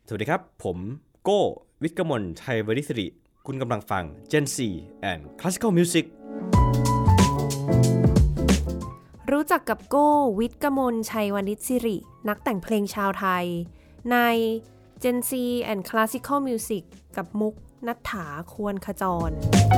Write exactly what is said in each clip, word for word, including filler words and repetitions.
สวัสดีครับผมโก้วิทย์กมลชัยวริศริคุณกำลังฟัง Gen โฟร์ and Classical Music รู้จักกับโก้วิทย์กมลชัยวริศรินักแต่งเพลงชาวไทยใน Gen โฟร์ and Classical Music กับมุกณัฐฐาควรขจร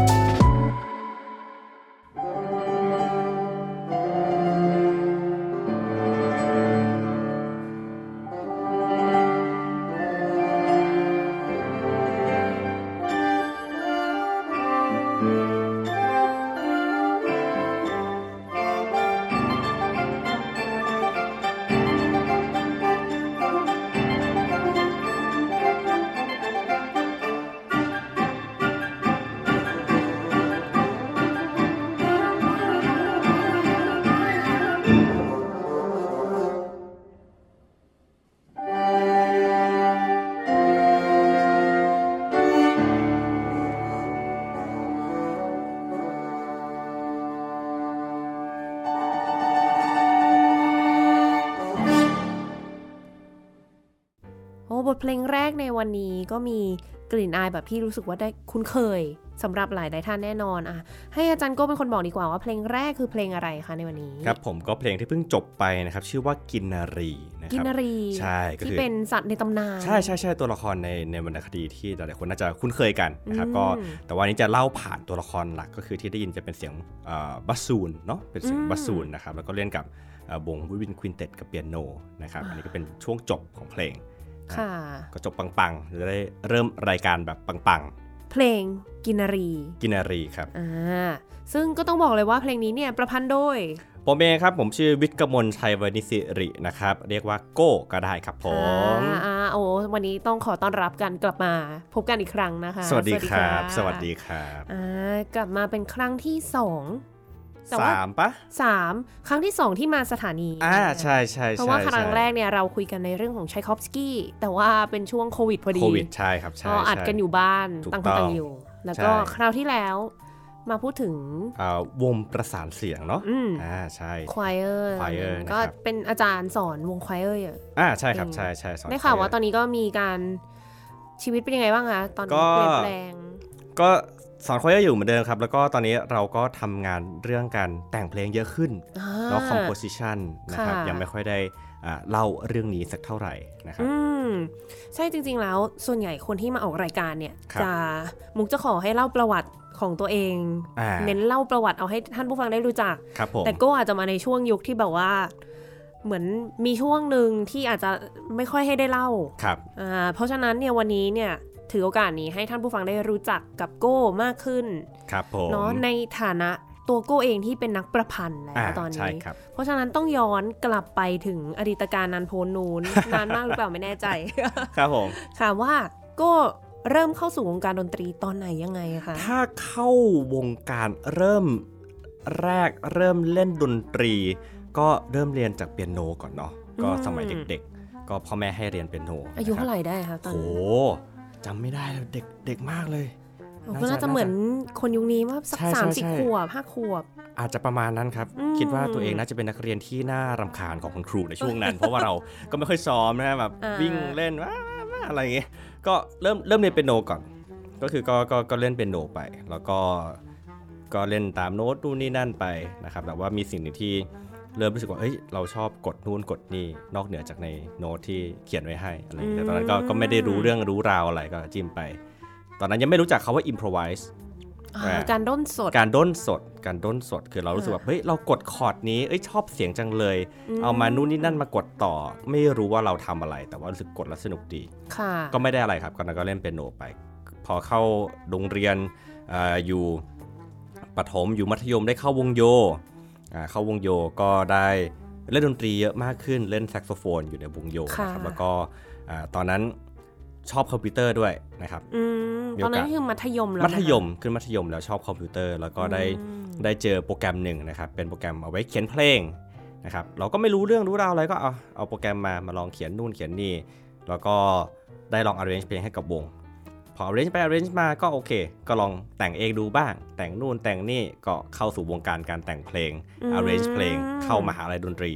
บทเพลงแรกในวันนี้ก็มีกลิ่นอายแบบที่รู้สึกว่าได้คุ้นเคยสำหรับหลายหลายท่านแน่นอนอ่ะให้อาจารย์โก้เป็นคนบอกดีกว่าว่าเพลงแรกคือเพลงอะไรคะในวันนี้ครับผมก็เพลงที่เพิ่งจบไปนะครับชื่อว่ากินนารีนะครับกินนารีใช่ก็คือที่เป็นสัตว์ในตำนานใช่ใช่ใช่ตัวละครในในวรรณคดีที่หลายๆคนน่าจะคุ้นเคยกันนะครับก็แต่วันนี้จะเล่าผ่านตัวละครหลักก็คือที่ได้ยินจะเป็นเสียงบัสซูนเนาะเป็นเสียงบัสซูนนะครับแล้วก็เล่นกับวงวินควินเต็ตกับเปียโนนะครับอันนี้ก็เป็นช่วงจบของเพลงก็จบปังๆจะได้เริ่มรายการแบบปังๆเพลงกินนารีกินนารีครับอ่าซึ่งก็ต้องบอกเลยว่าเพลงนี้เนี่ยประพันธ์โดยผมเองครับผมชื่อวิทย์กมลชัยวริศรินะครับเรียกว่าโก้ก็ได้ครับผมอ่าโอ้วันนี้ต้องขอต้อนรับกันกลับมาพบกันอีกครั้งนะคะสวัสดีครับสวัสดีครับอ่ากลับมาเป็นครั้งที่สองสามปะสามครั้งที่สองที่มาสถานีอ่าใช่ใช่เพราะว่าครั้งแรกเนี่ยเราคุยกันในเรื่องของไชคอฟสกี้แต่ว่าเป็นช่วงโควิดพอดีโควิดใช่ครับใช่ก็อัดกันอยู่บ้านตั้งคนตั้งอยู่แล้วก็คราวที่แล้วมาพูดถึงวงประสานเสียงเนาะอ่าใช่ choir ก็เป็นอาจารย์สอนวง choir อ่าใช่ครับใช่ใช่สอนได้ข่าวว่าตอนนี้ก็มีการชีวิตเป็นยังไงบ้างคะตอนนี้เปลี่ยนแปลงก็สอนคอยอยู่เหมือนเดิมครับแล้วก็ตอนนี้เราก็ทำงานเรื่องการแต่งเพลงเยอะขึ้นแล้ว composition นะครับยังไม่ค่อยได้เล่าเรื่องนี้สักเท่าไหร่นะครับอืมใช่จริงๆแล้วส่วนใหญ่คนที่มาออกรายการเนี่ยจะมุกจะขอให้เล่าประวัติของตัวเองเน้นเล่าประวัติเอาให้ท่านผู้ฟังได้รู้จักแต่ก็อาจจะมาในช่วงยุคที่แบบว่าเหมือนมีช่วงหนึ่งที่อาจจะไม่ค่อยให้ได้เล่าครับอ่าเพราะฉะนั้นเนี่ยวันนี้เนี่ยถือโอกาสนี้ให้ท่านผู้ฟังได้รู้จักกับโก้มากขึ้นครับผมเนาะในฐานะตัวโก้เองที่เป็นนักประพันธ์แล้วตอนนี้เพราะฉะนั้นต้องย้อนกลับไปถึงอดีตการนานโพ้นนู้น นานมากหรือเปล่าไม่แน่ใจครับผมค่ะว่าโก้เริ่มเข้าสู่วงการดนตรีตอนไหนยังไงคะถ้าเข้าวงการเริ่มแรกเริ่มเล่นดนตรีก็เริ่มเรียนจากเปียโนก่อนเนาะก็สมัยเด็กๆก็พ่อแม่ให้เรียนเปียโนอายุเท่าไหร่ได้คะตอนโอ้จำไม่ได้แล้วเด็กเด็กมากเลยก็น่าจะเหมือนคนยุคนี้ว่าสักสามสิบขวบห้าขวบอาจจะประมาณนั้นครับคิดว่าตัวเองน่าจะเป็นนักเรียนที่น่ารำคาญของคุณครูในช่วงนั้น เพราะว่าเราก็ไม่ค่อยซ้อมนะแบบวิ่งเล่นว้าอะไรอย่างเงี้ยก็เริ่มเริ่มเรียนเปียโนก่อนก็คือก็ก็ก็เล่นเปียโนไปแล้วก็ก็เล่นตามโน้ตนู่นนี่นั่นไปนะครับแต่ว่ามีสิ่งหนึ่งที่เริ่มรู้สึกว่าเอ้ยเราชอบกดนู่นกดนี่นอกเหนือจากในโน้ตที่เขียนไว้ให้อะไรแต่ตอนนั้นก็ก็ไม่ได้รู้เรื่องรู้ราวอะไรก็จิ้มไปตอนนั้นยังไม่รู้จักคำว่า improvise การด้นสดการด้นสดการด้นสดคือเรารู้สึกว่าเฮ้ยเรากดคอร์ดนี้เอ้ยชอบเสียงจังเลยเอามานู่นนี่นั่นมากดต่อไม่รู้ว่าเราทำอะไรแต่ว่ารู้สึกกดแล้วสนุกดีก็ไม่ได้อะไรครับตอนนั้นก็เล่นเปียโนไปพอเข้าโรงเรียน อ, อยู่ประถมอยู่มัธยมได้เข้าวงโยเข้าวงโยก็ได้เล่นดนตรีเยอะมากขึ้นเล่นแซกโซโฟนอยู่ในวงโยนะครับแล้วก็ตอนนั้นชอบคอมพิวเตอร์ด้วยนะครับตอนนั้นคือมัธยมแล้วมัธยมขึ้นมัธยมแล้วชอบคอมพิวเตอร์แล้วก็ได้ได้เจอโปรแกรมหนึ่งนะครับเป็นโปรแกรมเอาไว้เขียนเพลงนะครับเราก็ไม่รู้เรื่องรู้ราวอะไรก็เอาเอาโปรแกรมมามาลองเขียนนู่นเขียนนี่แล้วก็ได้ลอง arrange เพลงให้กับวงพอ arrange ไป arrange มาก็โอเคก็ลองแต่งเองดูบ้างแต่งนู่นแต่งนี่ก็เข้าสู่วงการการแต่งเพลง arrange เพลงเข้ามหาลัยดนตรี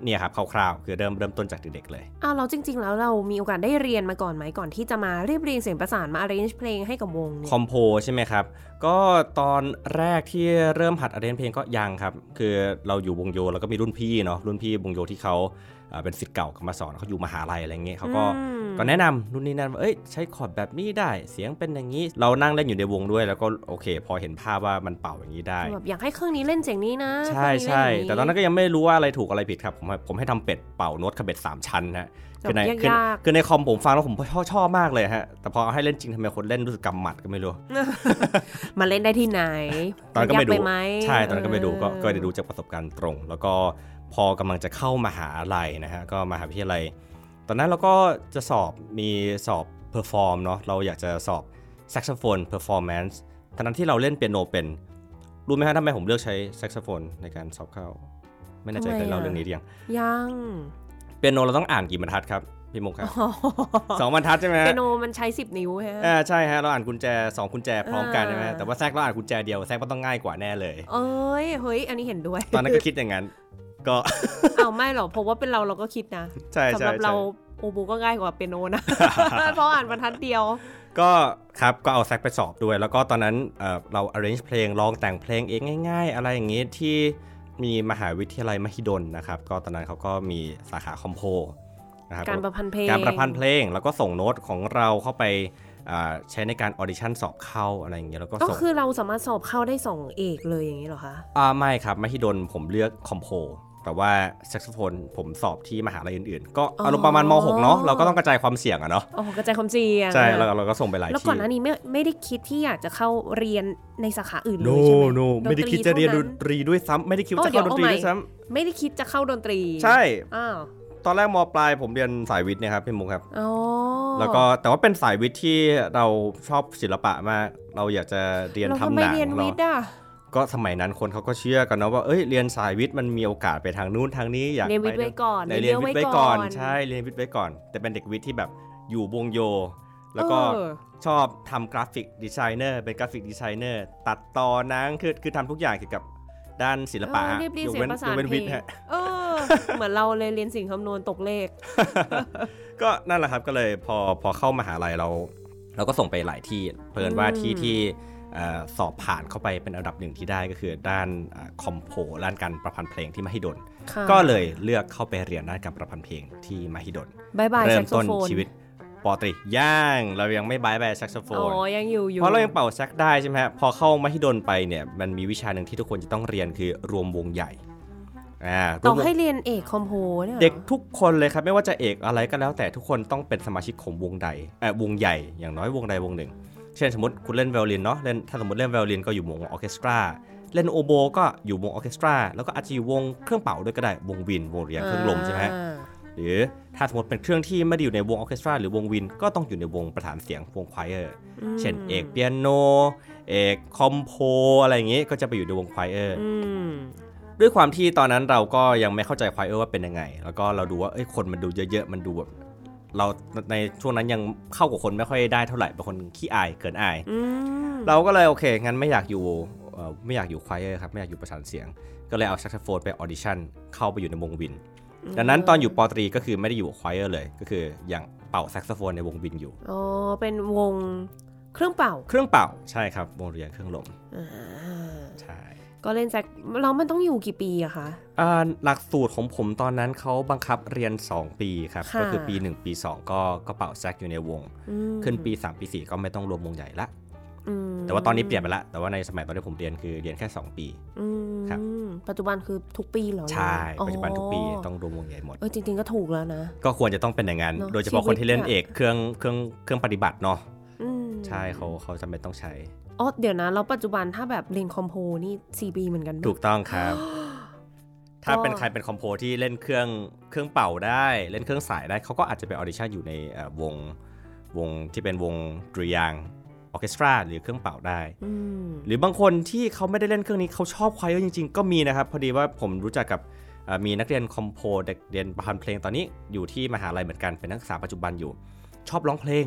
เนี่ยครับคร่าวๆคือเริ่มเริ่มต้นจากเด็กๆเลยอ้าวเราจริงๆแล้วเรามีโอกาสได้เรียนมาก่อนไหมก่อนที่จะมาเรียบเรียงเสียงประสานมา arrange เพลงให้กับวงคอมโพใช่ไหมครับก็ตอนแรกที่เริ่มหัด arrange เพลงก็ยังครับคือเราอยู่วงโยแล้วก็มีรุ่นพี่เนาะรุ่นพี่วงโยที่เขาเป็นศิษย์เก่ามาสอนเขาอยู่มหาลัยอะไรเงี้ยเขาก็ก็แนะนำนู่นนี่นั่นว่าเอ้ยใช้คอร์ดแบบนี้ได้เสียงเป็นอย่างนี้เรานั่งเล่นอยู่ในวงด้วยแล้วก็โอเคพอเห็นภาพว่ามันเป่าอย่างนี้ได้แบบอยากให้เครื่องนี้เล่นเสียงนี้นะใช่ใช่แต่ตอนนั้นก็ยังไม่รู้ว่าอะไรถูกอะไรผิดครับผมผมให้ทำเป็ดเป่าโน้ตคาเบ็ดสามชั้นฮะคือในคือในคอมผมฟังแล้วผมชอบชอบมากเลยฮะแต่พอให้เล่นจริงทำไมคนเล่นรู้สึกกำหมัดก็ไม่รู้มาเล่นได้ที่ไหนตอนก็ไม่ดูใช่ตอนนั้นก็ไม่ดูก็ก็ได้ดูจากประสบการณ์ตรงแล้วก็พอกำลังจะเข้ามหาลัยนะฮะก็มหาวิทยาลัยตอนนั้นเราก็จะสอบมีสอบเพอร์ฟอร์มเนาะเราอยากจะสอบแซกโซโฟนเพอร์ฟอร์แมนซ์ทั้งนั้นที่เราเล่นเปียโนเป็นรู้ไหมฮะทำไมผมเลือกใช้แซกโซโฟนในการสอบเข้าไม่แน่ใจเคยเล่าเรื่องนี้หรือยังยังเปียโนเราต้องอ่านกี่บรรทัดครับพี่มุกครับสองบรรทัดใช่ไหมเปียโนมันใช้สิบนิ้วฮะอ่าใช่ฮะเราอ่านกุญแจสองกุญแจพร้อมกันใช่ไหมแต่ว่าแซกเราอ่านกุญแจเดียวแซกก็ต้องง่ายกว่าแน่เลยเอ้ยเฮ้ยอันนี้เห็นด้วยตอนนั้นก็คิดอย่างนั้นก็เอาไม่หรอกเพราะว่าเป็นเราเราก็คิดนะใช่สำหรับเราโอบูก็ง่ายกว่าเปียโนนะเพราะอ่านบรรทัดเดียวก็ครับก็เอาแซกไปสอบด้วยแล้วก็ตอนนั้น เอ่อ เรา arrange เพลงลองแต่งเพลงเองง่ายๆอะไรอย่างงี้ที่มีมหาวิทยาลัยมหิดลนะครับก็ตอนนั้นเขาก็มีสาขาคอมโพนะครับการประพันธ์เพลงการประพันธ์เพลงแล้วก็ส่งโน้ตของเราเข้าไปใช้ในการออดิชั่นสอบเข้าอะไรอย่างเงี้ยแล้วก็ก็คือเราสามารถสอบเข้าได้สองเอกเลยอย่างนี้เหรอคะอ่าไม่ครับมหิดลผมเลือกคอมโพแต่ว่าแซกโซโฟนผมสอบที่มหาลัยอื่นๆก็อารมณ์ประมาณม.หก เนาะเราก็ต้องกระจายความเสี่ยงอะเนาะอ๋อกระจายความเสี่ยงใช่แล้วเราก็ส่งไปหลายที่แล้วก่อนหน้านี้ไม่ไม่ได้คิดที่อยากจะเข้าเรียนในสาขาอื่นเลยใช่ไหม no no ไม่ได้คิดจะเรียนดนตรีด้วยซ้ำไม่ได้คิดว่าจะเข้าดนตรีด้วยซ้ำไม่ได้คิดจะเข้าดนตรีใช่อ้าวตอนแรกม.ปลายผมเรียนสายวิทย์นะครับพี่มุกครับอ๋อแล้วก็แต่ว่าเป็นสายวิทย์ที่เราชอบศิลปะมากเราอยากจะเรียนทำหนังเนาะก็สมัยนั้นคนเขาก็เชื่อกันนะว่าเอ้ยเรียนสายวิทย์มันมีโอกาสไปทางนู้นทางนี้อยากเรียนวิทย์ไว้ก่อนเรียนวิทย์ไว้ก่อนใช่เรียนวิทย์ไว้ก่อนแต่เป็นเด็กวิทย์ที่แบบอยู่วงโยแล้วก็ชอบทำกราฟิกดีไซเนอร์เป็นกราฟิกดีไซเนอร์ตัดต่อหนังคือคือทำทุกอย่างเกี่ยวกับด้านศิลปะอยู่เว้นอยู่เว้นวิทย์ฮะเหมือนเราเลยเรียนสิ่งคำนวณตกเลขก็นั่นแหละครับก็เลยพอพอเข้ามหาลัยเราเราก็ส่งไปหลายที่เพิ่นว่าที่ที่สอบผ่านเข้าไปเป็นอันดับหนึ่งที่ได้ก็คือด้านคอมโพด้านการประพันธ์เพลงที่มหิดลก็เลยเลือกเข้าไปเรียนด้านการประพันธ์เพลงที่มหิดลเริ่มต้นชีวิตปอตรีย่างเรายังไม่บายบายแซกโซโฟนอ๋อยังอยู่อยู่เพราะเรายังเป่าแซกได้ใช่ไหมฮะพอเข้ามหิดลไปเนี่ยมันมีวิชาหนึ่งที่ทุกคนจะต้องเรียนคือรวมวงใหญ่ต้องให้เรียนเอกคอมโพเนี่ยเด็กทุกคนเลยครับไม่ว่าจะเอกอะไรก็แล้วแต่ทุกคนต้องเป็นสมาชิกของวงใดเอ่อวงใหญ่อย่างน้อยวงใดวงหนึ่งเช่นสมมติคุณเล่นไวโอลินเนาะเล่นถ้าสมมติเล่นไวโอลินก็อยู่วงออร์เคสตราเล่นโอโบก็อยู่วงออร์เคสตราแล้วก็อาจจะอยู่วงเครื่องเป่าด้วยก็ได้วงวินวงเรียงเครื่องลมใช่ไหมหรือถ้าสมมติเป็นเครื่องที่ไม่ได้อยู่ในวงออร์เคสตราหรือวงวินก็ต้องอยู่ในวงประธานเสียงวงควายเออร์เช่นเอกเปียโนเอกคอมโพอะไรอย่างงี้ก็จะไปอยู่ในวงควายเออร์ด้วยความที่ตอนนั้นเราก็ยังไม่เข้าใจควายเออร์ว่าเป็นยังไงแล้วก็เราดูว่าเอ้ยคนมันดูเยอะๆมันดูแบบเราในช่วงนั้นยังเข้ากับคนไม่ค่อยได้เท่าไหร่เป็นคนขี้อายเกินอายเราก็เลยโอเคงั้นไม่อยากอยู่ไม่อยากอยู่ควายเออร์ครับไม่อยากอยู่ประสานเสียงก็เลยเอาแซกโซโฟนไปออดิชั่นเข้าไปอยู่ในวงวินดังนั้นตอนอยู่ป.ตรีก็คือไม่ได้อยู่ควายเออร์เลยก็คือยังเป่าแซกโซโฟนในวงวินอยู่อ๋อเป็นวงเครื่องเป่าเครื่องเป่าใช่ครับวงเรียนเครื่องลมใช่ก็เล่นแซกเรามันต้องอยู่กี่ปีอะคะอ่าหลักสูตรของผมตอนนั้นเขาบังคับเรียนสองปีครับก็คือปีหนึ่งปีสองก็ก็เป่าแซกอยู่ในวงขึ้นปีสามปีสี่ก็ไม่ต้องรวมวงใหญ่ละแต่ว่าตอนนี้เปลี่ยนไปละแต่ว่าในสมัยตอนที่ผมเรียนคือเรียนแค่สองปีครับปัจจุบันคือทุกปีเหรอใช่ปัจจุบันทุกปีต้องรวมวงใหญ่หมดเออจริงๆก็ถูกแล้วนะก็ควรจะต้องเป็นอย่างนั้นโดยเฉพาะคนที่เล่นเอกเครื่องเครื่องเครื่องปฏิบัติเนาะใช่เขาเขาจำเป็นต้องใช้อ๋อเดี๋ยวนะแล้วปัจจุบันถ้าแบบเรียนคอมโพนี่สี่ปีเหมือนกันถูกต้องครับถ้าเป็นใครเป็นคอมโพที่เล่นเครื่องเครื่องเป่าได้เล่นเครื่องสายได้เขาก็อาจจะไปออดิชั่นอยู่ในวงวงที่เป็นวงดุริยางค์ออร์เคสตราหรือเครื่องเป่าได้หรือบางคนที่เขาไม่ได้เล่นเครื่องนี้เขาชอบควายเออร์จริงๆก็มีนะครับพอดีว่าผมรู้จักกับมีนักเรียนคอมโพเด็กเรียนประพันธ์เพลงตอนนี้อยู่ที่มหาลัยเหมือนกันเป็นนักศึกษาปัจจุบันอยู่ชอบร้องเพลง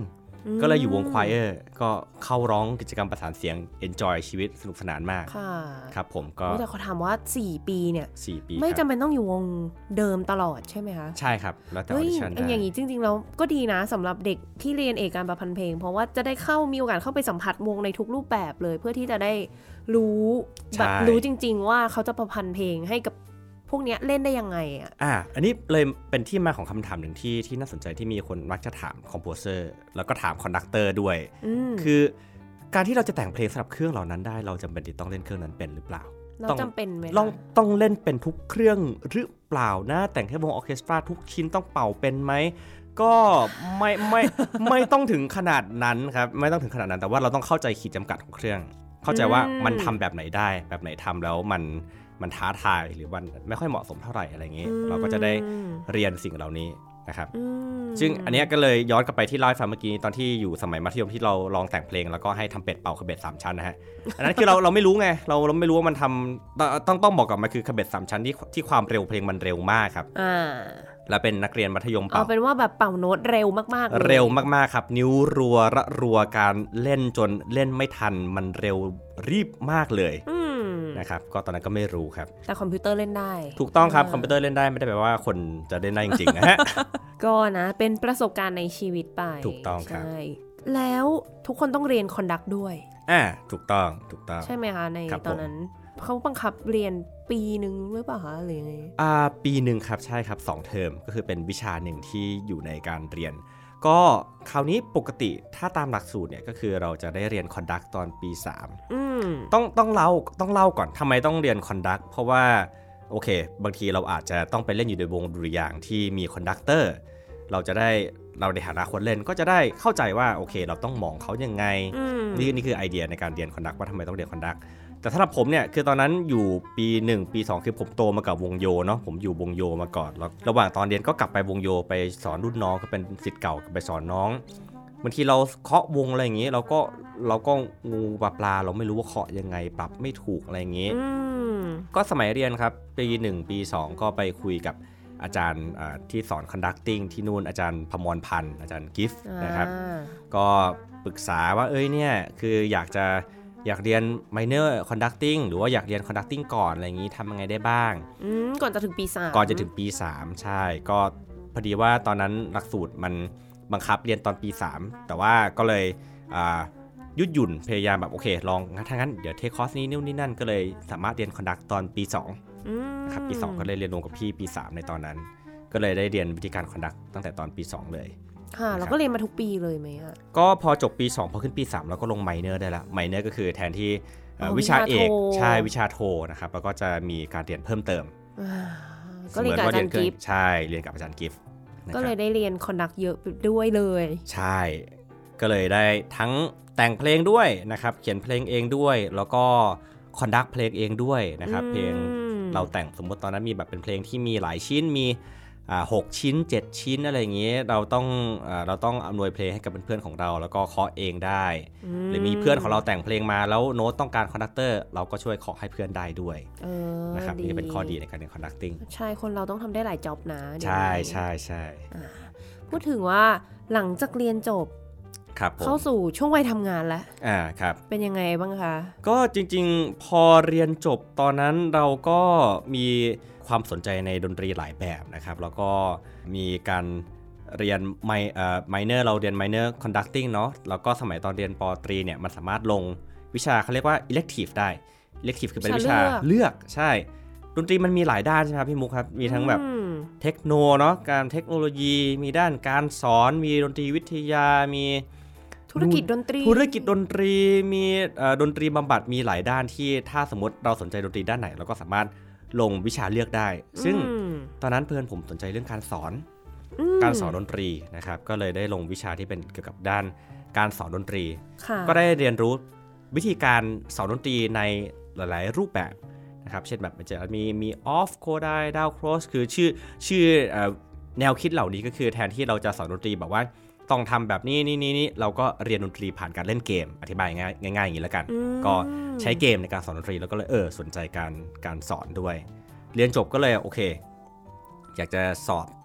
ก็เลยอยู่วงควายเออร์ก็เข้าร้องกิจกรรมประสานเสียง enjoy ชีวิตสนุกสนานมากครับผมก็แต่เขาถามว่าสี่ปีเนี่ยสี่ปีไม่จำเป็นต้องอยู่วงเดิมตลอดใช่ไหมคะใช่ครับแล้วแต่ออดิชั่นได้อย่างนี้จริงๆแล้วก็ดีนะสำหรับเด็กที่เรียนเอกการประพันธ์เพลงเพราะว่าจะได้เข้ามีโอกาสเข้าไปสัมผัสวงในทุกรูปแบบเลยเพื่อที่จะได้รู้แบบรู้จริงๆว่าเขาจะประพันธ์เพลงให้กับพวกนี้เล่นได้ยังไงอ่ะอ่าอันนี้เลยเป็นที่มาของคำถามหนึ่งที่ที่น่าสนใจที่มีคนมักจะถามคอมโพเซอร์แล้วก็ถามคอนดักเตอร์ด้วยคือการที่เราจะแต่งเพลงสำหรับเครื่องเหล่านั้นได้เราจำเป็นที่ต้องเล่นเครื่องนั้นเป็นหรือเปล่าเราจำเป็นไหมต้องต้องเล่นเป็นทุกเครื่องหรือเปล่านะแต่งให้วงออร์เคสตราทุกชิ้นต้องเป่าเป็นไหมก็ไม่ไม่ไม่ต้องถึงขนาดนั้นครับไม่ต้องถึงขนาดนั้นแต่ว่าเราต้องเข้าใจขีดจำกัดของเครื่องเข้าใจว่ามันทำแบบไหนได้แบบไหนทำแล้วมันมันท้าทายหรือมันไม่ค่อยเหมาะสมเท่าไหร่อะไรอย่างนี้เราก็จะได้เรียนสิ่งเหล่านี้นะครับซึ่งอันนี้ก็เลยย้อนกลับไปที่เล่าให้ฟังเมื่อกี้ตอนที่อยู่สมัยมัธยมที่เราลองแต่งเพลงแล้วก็ให้ทำเป็ดเป่าคาเบตสามชั้นนะฮะอันนั้นคือเราเราไม่รู้ไงเราเราไม่รู้ว่ามันทำต้องต้องบอกก่อนมันคือคาเบตสามชั้นที่ที่ความเร็วเพลงมันเร็วมากครับแล้วเป็นนักเรียนมัธยมเป่าเอาเป็นว่าแบบเป่าโน้ตเร็วมากๆเร็วมากๆครับนิ้วรัวระรัวการเล่นจนเล่นไม่ทันมันเร็วรีบมากเลยนะครับก็ตอนนั้นก็ไม่รู้ครับแต่คอมพิวเตอร์เล่นได้ถูกต้องครับคอมพิวเตอร์เล่นได้ไม่ได้แปลว่าคนจะเล่นได้จริงๆนะฮะก็นะเป็นประสบการณ์ในชีวิตไปถูกต้องครับแล้วทุกคนต้องเรียนคอนดักต์ด้วยอ่าถูกต้องถูกต้องใช่ไหมคะในตอนนั้นเขาบังคับเรียนปีหนึ่งหรือเปล่าคะหรือยังไงอ่าปีหนึ่งครับใช่ครับสองเทอมก็คือเป็นวิชาหนึ่งที่อยู่ในการเรียนก็คราวนี้ปกติถ้าตามหลักสูตรเนี่ยก็คือเราจะได้เรียนคอนดักต์ตอนปีสามอืมต้องต้องเล่าต้องเล่าก่อนทำไมต้องเรียนคอนดักต์เพราะว่าโอเคบางทีเราอาจจะต้องไปเล่นอยู่ในวงดุริยางค์ที่มีคอนดักเตอร์เราจะได้เราในฐานะคนเล่นก็จะได้เข้าใจว่าโอเคเราต้องมองเขายังไงนี่นี่คือไอเดียในการเรียนคอนดักต์ว่าทำไมต้องเรียนคอนดักต์แต่สำหรับผมเนี่ยคือตอนนั้นอยู่ปีหนึ่งปีสองคือผมโตมากับวงโยเนาะผมอยู่วงโยมาก่อนแล้วระหว่างตอนเรียนก็กลับไปวงโยไปสอนรุ่นน้องก็เป็นศิษย์เก่าไปสอนน้องบางทีเราเคาะวงอะไรอย่างงี้เราก็เราก็งูปลาปลาเราไม่รู้ว่าเคาะยังไงปรับไม่ถูกอะไรอย่างงี้ก็สมัยเรียนครับปีหนึ่งปีสองก็ไปคุยกับอาจารย์ที่สอน conducting ที่นู่นอาจารย์พมรพันธ์อาจารย์กิฟต์นะครับก็ปรึกษาว่าเอ้ยเนี่ยคืออยากจะอยากเรียน minor conducting หรือว่าอยากเรียน conducting ก่อนอะไรอย่างนี้ทำยังไงได้บ้างก่อนจะถึงปีสามก่อนจะถึงปีสามใช่ก็พอดีว่าตอนนั้นหลักสูตรมันบังคับเรียนตอนปีสามแต่ว่าก็เลยยุดหยุ่นพยายามแบบโอเคลองถ้างั้นเดี๋ยวเทคคอร์สนี้นู่นนี่นั่นก็เลยสามารถเรียน conduct ตอนปีสองนะครับปีสองก็เลยเรียนรวมกับพี่ปีสามในตอนนั้นก็เลยได้เรียนวิธีการ conduct ตั้งแต่ตอนปีสองเลยค่ะแล้วก็เรียนมาทุกปีเลยไหมคะก็พอจบปีสองพอขึ้นปีสามเราก็ลงไมเนอร์ได้ละไมเนอร์ก็คือแทนที่วิชาเอกใช่วิชาโทนะครับแล้วก็จะมีการเรียนเพิ่มเติมก็เรียนกับอาจารย์กิฟต์ใช่เรียนกับอาจารย์กิฟต์ก็เลยได้เรียนคอนดักต์เยอะด้วยเลยใช่ก็เลยได้ทั้งแต่งเพลงด้วยนะครับเขียนเพลงเองด้วยแล้วก็คอนดักต์เพลงเองด้วยนะครับเพลงเราแต่งสมมติตอนนั้นมีแบบเป็นเพลงที่มีหลายชิ้นมีอ่าหกชิ้นเจ็ดชิ้นอะไรอย่างเงี้ยเราต้องอ่าเราต้องอำนวยเพลงให้กับเพื่อนๆของเราแล้วก็เคาะเองได้หรือมีเพื่อนของเราแต่งเพลงมาแล้วโน้ตต้องการคอนดักเตอร์เราก็ช่วยเคาะให้เพื่อนได้ด้วยนะครับนี่เป็นข้อดีในการเรียนคอนดักติ้งใช่คนเราต้องทำได้หลายจ็อบนะใช่ใช่ใช่พูดถึงว่าหลังจากเรียนจบเข้าสู่ช่วงวัยทำงานแล้วอ่าครับเป็นยังไงบ้างคะก็จริงๆพอเรียนจบตอนนั้นเราก็มีความสนใจในดนตรีหลายแบบนะครับแล้วก็มีการเรียนไมเอ่อไมเนอร์เราเรียนไมเนอร์คอนดักติ้งเนาะแล้วก็สมัยตอนเรียนป.ตรีเนี่ยมันสามารถลงวิชาเขาเรียกว่า elective ได้ elective คือเป็นวิชาเลือกใช่ดนตรีมันมีหลายด้านใช่ไหมครับพี่มุกครับมีทั้งแบบเทคโนเนาะการเทคโนโลยีมีด้านการสอนมีดนตรีวิทยามีธุรกิจดนตรีธุรกิจดนตรีมีดนตรีบำบัดมีหลายด้านที่ถ้าสมมติเราสนใจดนตรีด้านไหนเราก็สามารถลงวิชาเลือกได้ซึ่งตอนนั้นเพื่อนผมสนใจเรื่องการสอนการสอนดนตรีนะครับก็เลยได้ลงวิชาที่เป็นเกี่ยวกับด้านการสอนดนตรีก็ได้เรียนรู้วิธีการสอนดนตรีในหลายๆรูปแบบนะครับเช่นแบบมันจะมีมีออฟโคไดดาวโครสคือชื่อชื่อแนวคิดเหล่านี้ก็คือแทนที่เราจะสอนดนตรีแบบว่าต้องทำแบบนี้นี่นี่นี่เราก็เรียนดนตรีผ่านการเล่นเกมอธิบายง่ายง่ายอย่างนี้แล้วกันก็ใช้เกมในการสอนดนตรีแล้วก็เลยเออสนใจการการสอนด้วยเรียนจบก็เลยโอเคอยากจะสอบ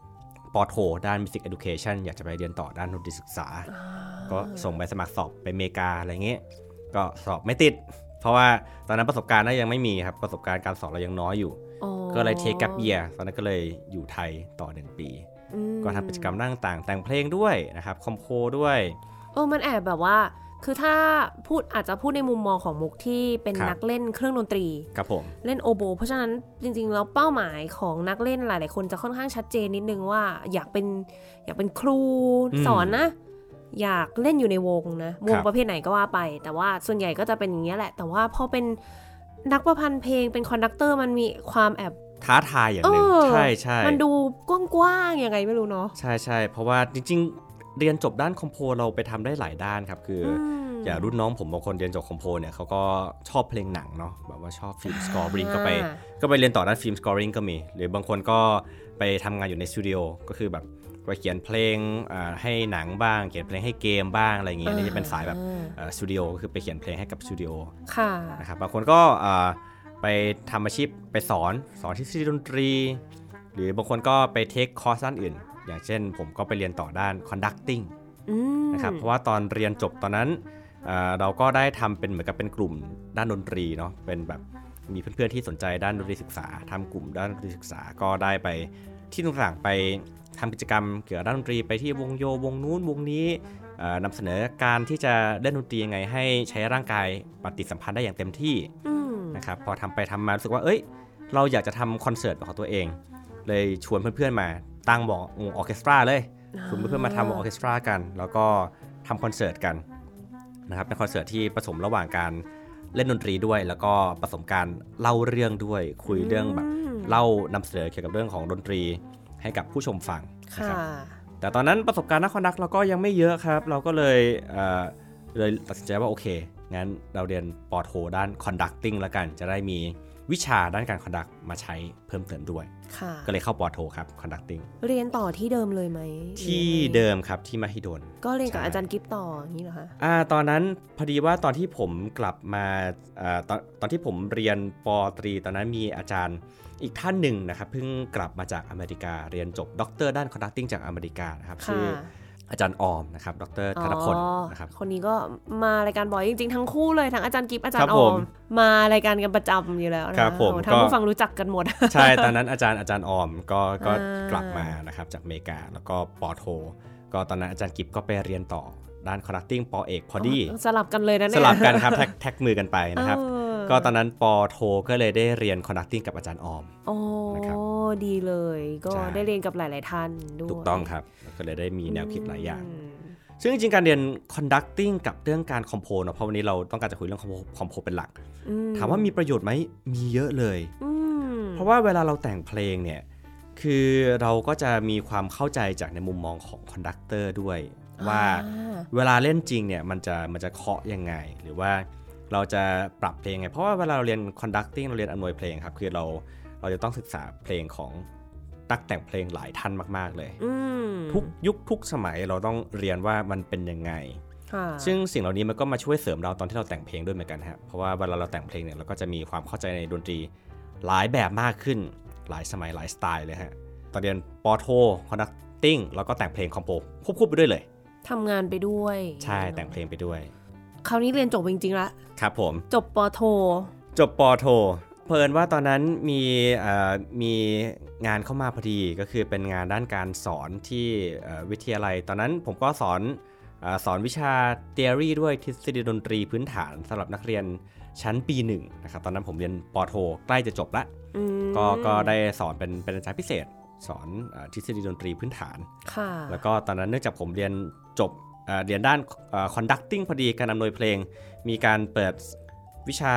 ปอโทด้าน Music Education อยากจะไปเรียนต่อด้านดนตรีศึกษาก็ส่งใบสมัครสอบไปอเมริกาอะไรเงี้ยก็สอบไม่ติดเพราะว่าตอนนั้นประสบการณ์น่ายังไม่มีครับประสบการณ์การสอบเรายังน้อยอยู่ก็เลยเทคแกปเยียร์ตอนนั้นก็เลยอยู่ไทยต่อหนึ่งปีก็ทำกิจกรรมต่างๆแต่งเพลงด้วยนะครับคอมโพด้วยโอ้มันแอบแบบว่าคือถ้าพูดอาจจะพูดในมุมมองของมุกที่เป็นนักเล่นเครื่องดนตรีครับผมเล่นโอโบเพราะฉะนั้นจริงๆแล้วเป้าหมายของนักเล่นหลายๆคนจะค่อนข้างชัดเจนนิดนึงว่าอยากเป็นอยากเป็นครูสอนนะอยากเล่นอยู่ในวงนะวงประเภทไหนก็ว่าไปแต่ว่าส่วนใหญ่ก็จะเป็นอย่างนี้แหละแต่ว่าพอเป็นนักประพันธ์เพลงเป็นคอนดักเตอร์มันมีความแอบท้าทายอย่างนึงใช่ใช่มันดูกว้างๆยังไงไม่รู้เนาะใช่ใช่เพราะว่าจริงๆเรียนจบด้านคอมโพเราไปทำได้หลายด้านครับคืออย่างรุ่นน้องผมบางคนเรียนจบคอมโพเนี่ยเขาก็ชอบเพลงหนังเนาะแบบว่าชอบฟิล์มสกอร์ริงก็ไปก็ไปเรียนต่อด้านฟิล์มสกอร์ริงก็มีหรือบางคนก็ไปทำงานอยู่ในสตูดิโอก็คือแบบไปเขียนเพลงให้หนังบ้างเขียนเพลงให้เกมบ้างอะไรอย่างเงี้ยนี่จะเป็นสายแบบสตูดิโอก็คือไปเขียนเพลงให้กับสตูดิโอนะครับบางคนก็ไปทำอาชีพไปสอนสอนทฤษฎีดนตรีหรือบางคนก็ไปเทคคอร์สด้านอื่นอย่างเช่นผมก็ไปเรียนต่อด้าน conducting นะครับเพราะว่าตอนเรียนจบตอนนั้นเราก็ได้ทำเป็นเหมือนกับเป็นกลุ่มด้านดนตรีเนาะเป็นแบบมีเพื่อนๆที่สนใจด้านดนตรีศึกษาทำกลุ่มด้านดนตรีศึกษาก็ได้ไปที่ต่างๆไปทำกิจกรรมเกี่ยวกับด้านดนตรีไปที่วงโยวงนู้นวงนี้นำเสนอการที่จะเล่นดนตรียังไงให้ใช้ร่างกายปฏิสัมพันธ์ได้อย่างเต็มที่นะครับพอทำไปทำมารู้สึกว่าเอ้ยเราอยากจะทำคอนเสิร์ตของตัวเองเลยชวนเพื่อนๆมาตั้งวงออร์เคสตราเลยชวนเพื่อนๆมาทำวงออร์เคสตรากันแล้วก็ทำคอนเสิร์ตกันนะครับเป็นคอนเสิร์ตที่ผสมระหว่างการเล่นดนตรีด้วยแล้วก็ผสมการเล่าเรื่องด้วยคุยเรื่องแบบเล่านำเสนอเกี่ยวกับเรื่องของดนตรีให้กับผู้ชมฟังนะครับแต่ตอนนั้นประสบการณ์นักคอนดักเราก็ยังไม่เยอะครับเราก็เลยเอ่อเลยตัดสินใจว่าโอเคงั้นเราเรียนปอโทด้าน conducting แล้วกันจะได้มีวิชาด้านการคอนดักมาใช้เพิ่มเติมด้วยก็เลยเข้าปอโทครับ conducting เรียนต่อที่เดิมเลยไหมที่เดิมครับที่มหิดลก็เรียนกับอาจารย์กิฟต์ต่ออย่างนี้เหรอคะอ่าตอนนั้นพอดีว่าตอนที่ผมกลับมาอ่าตอนตอนที่ผมเรียนปอตรีตอนนั้นมีอาจารย์อีกท่านหนึ่งนะครับเพิ่งกลับมาจากอเมริกาเรียนจบด็อกเตอร์ด้าน conducting จากอเมริกานะครับชื่ออาจารย์ออมนะครับดร.ธนพลนะครับคนนี้ก็มารายการบ่อยจริงๆทั้งคู่เลยทั้งอาจารย์กิฟต์อาจารย์ออมมารายการกันประจำอยู่แล้วนะครับผมท่านผู้ฟังรู้จักกันหมดใช่ตอนนั้นอาจารย์อาจารย์ออมก็ก็กลับมานะครับจากอเมริกาแล้วก็ปอโทก็ตอนนั้นอาจารย์กิฟต์ก็ไปเรียนต่อด้าน conducting ปอเอกพอดีสลับกันเลยนะเนี่ยสลับกันครับแท็กแท็กมือกันไปนะครับก็ตอนนั้นปอโทก็เลยได้เรียน conducting กับอาจารย์ออมโอ้ดีเลยก็ได้เรียนกับหลายๆท่านด้วยถูกต้องครับก็เลยได้มีแนวคิดหลายอย่างซึ่งจริงๆการเรียน conducting กับเรื่องการคอมโพเนาะเพราะวันนี้เราต้องการจะคุยเรื่องคอมโพเป็นหลักถามว่ามีประโยชน์ไหมมีเยอะเลยเพราะว่าเวลาเราแต่งเพลงเนี่ยคือเราก็จะมีความเข้าใจจากในมุมมองของคอนดักเตอร์ด้วยว่าเวลาเล่นจริงเนี่ยมันจะมันจะเคาะยังไงหรือว่าเราจะปรับเพลงไงเพราะว่าเวลาเราเรียน conducting เราเรียนอำนวยเพลงครับคือเราเราจะต้องศึกษาเพลงของนักแต่งเพลงหลายท่านมากๆเลยทุกยุคทุกสมัยเราต้องเรียนว่ามันเป็นยังไงซึ่งสิ่งเหล่านี้มันก็มาช่วยเสริมเราตอนที่เราแต่งเพลงด้วยเหมือนกันครับเพราะว่าเวลาเราแต่งเพลงเนี่ยเราก็จะมีความเข้าใจในดนตรีหลายแบบมากขึ้นหลายสมัยหลายสไตล์เลยฮะตอนเรียนปอโท conducting แล้วก็แต่งเพลงคอมโพควบคู่ไปด้วยเลยทำงานไปด้วยใช่แต่งเพลงไปด้วยคราวนี้เรียนจบจริงๆละครับผมจบปอโทจบปอโทเพิ่นว่าตอนนั้นมีมีงานเข้ามาพอดีก็คือเป็นงานด้านการสอนที่วิทยาลัยตอนนั้นผมก็สอนสอนวิชา theory ด้วยทฤษฎีดนตรีพื้นฐานสำหรับนักเรียนชั้นปีหนึ่งนะครับตอนนั้นผมเรียนปอโทใกล้จะจบละก็ก็ได้สอนเป็นเป็นอาจารย์พิเศษสอนทฤษฎีดนตรีพื้นฐานแล้วก็ตอนนั้นเนื่องจากผมเรียนจบเรียนด้าน conducting พอดีการอำนวยเพลงมีการเปิดวิชา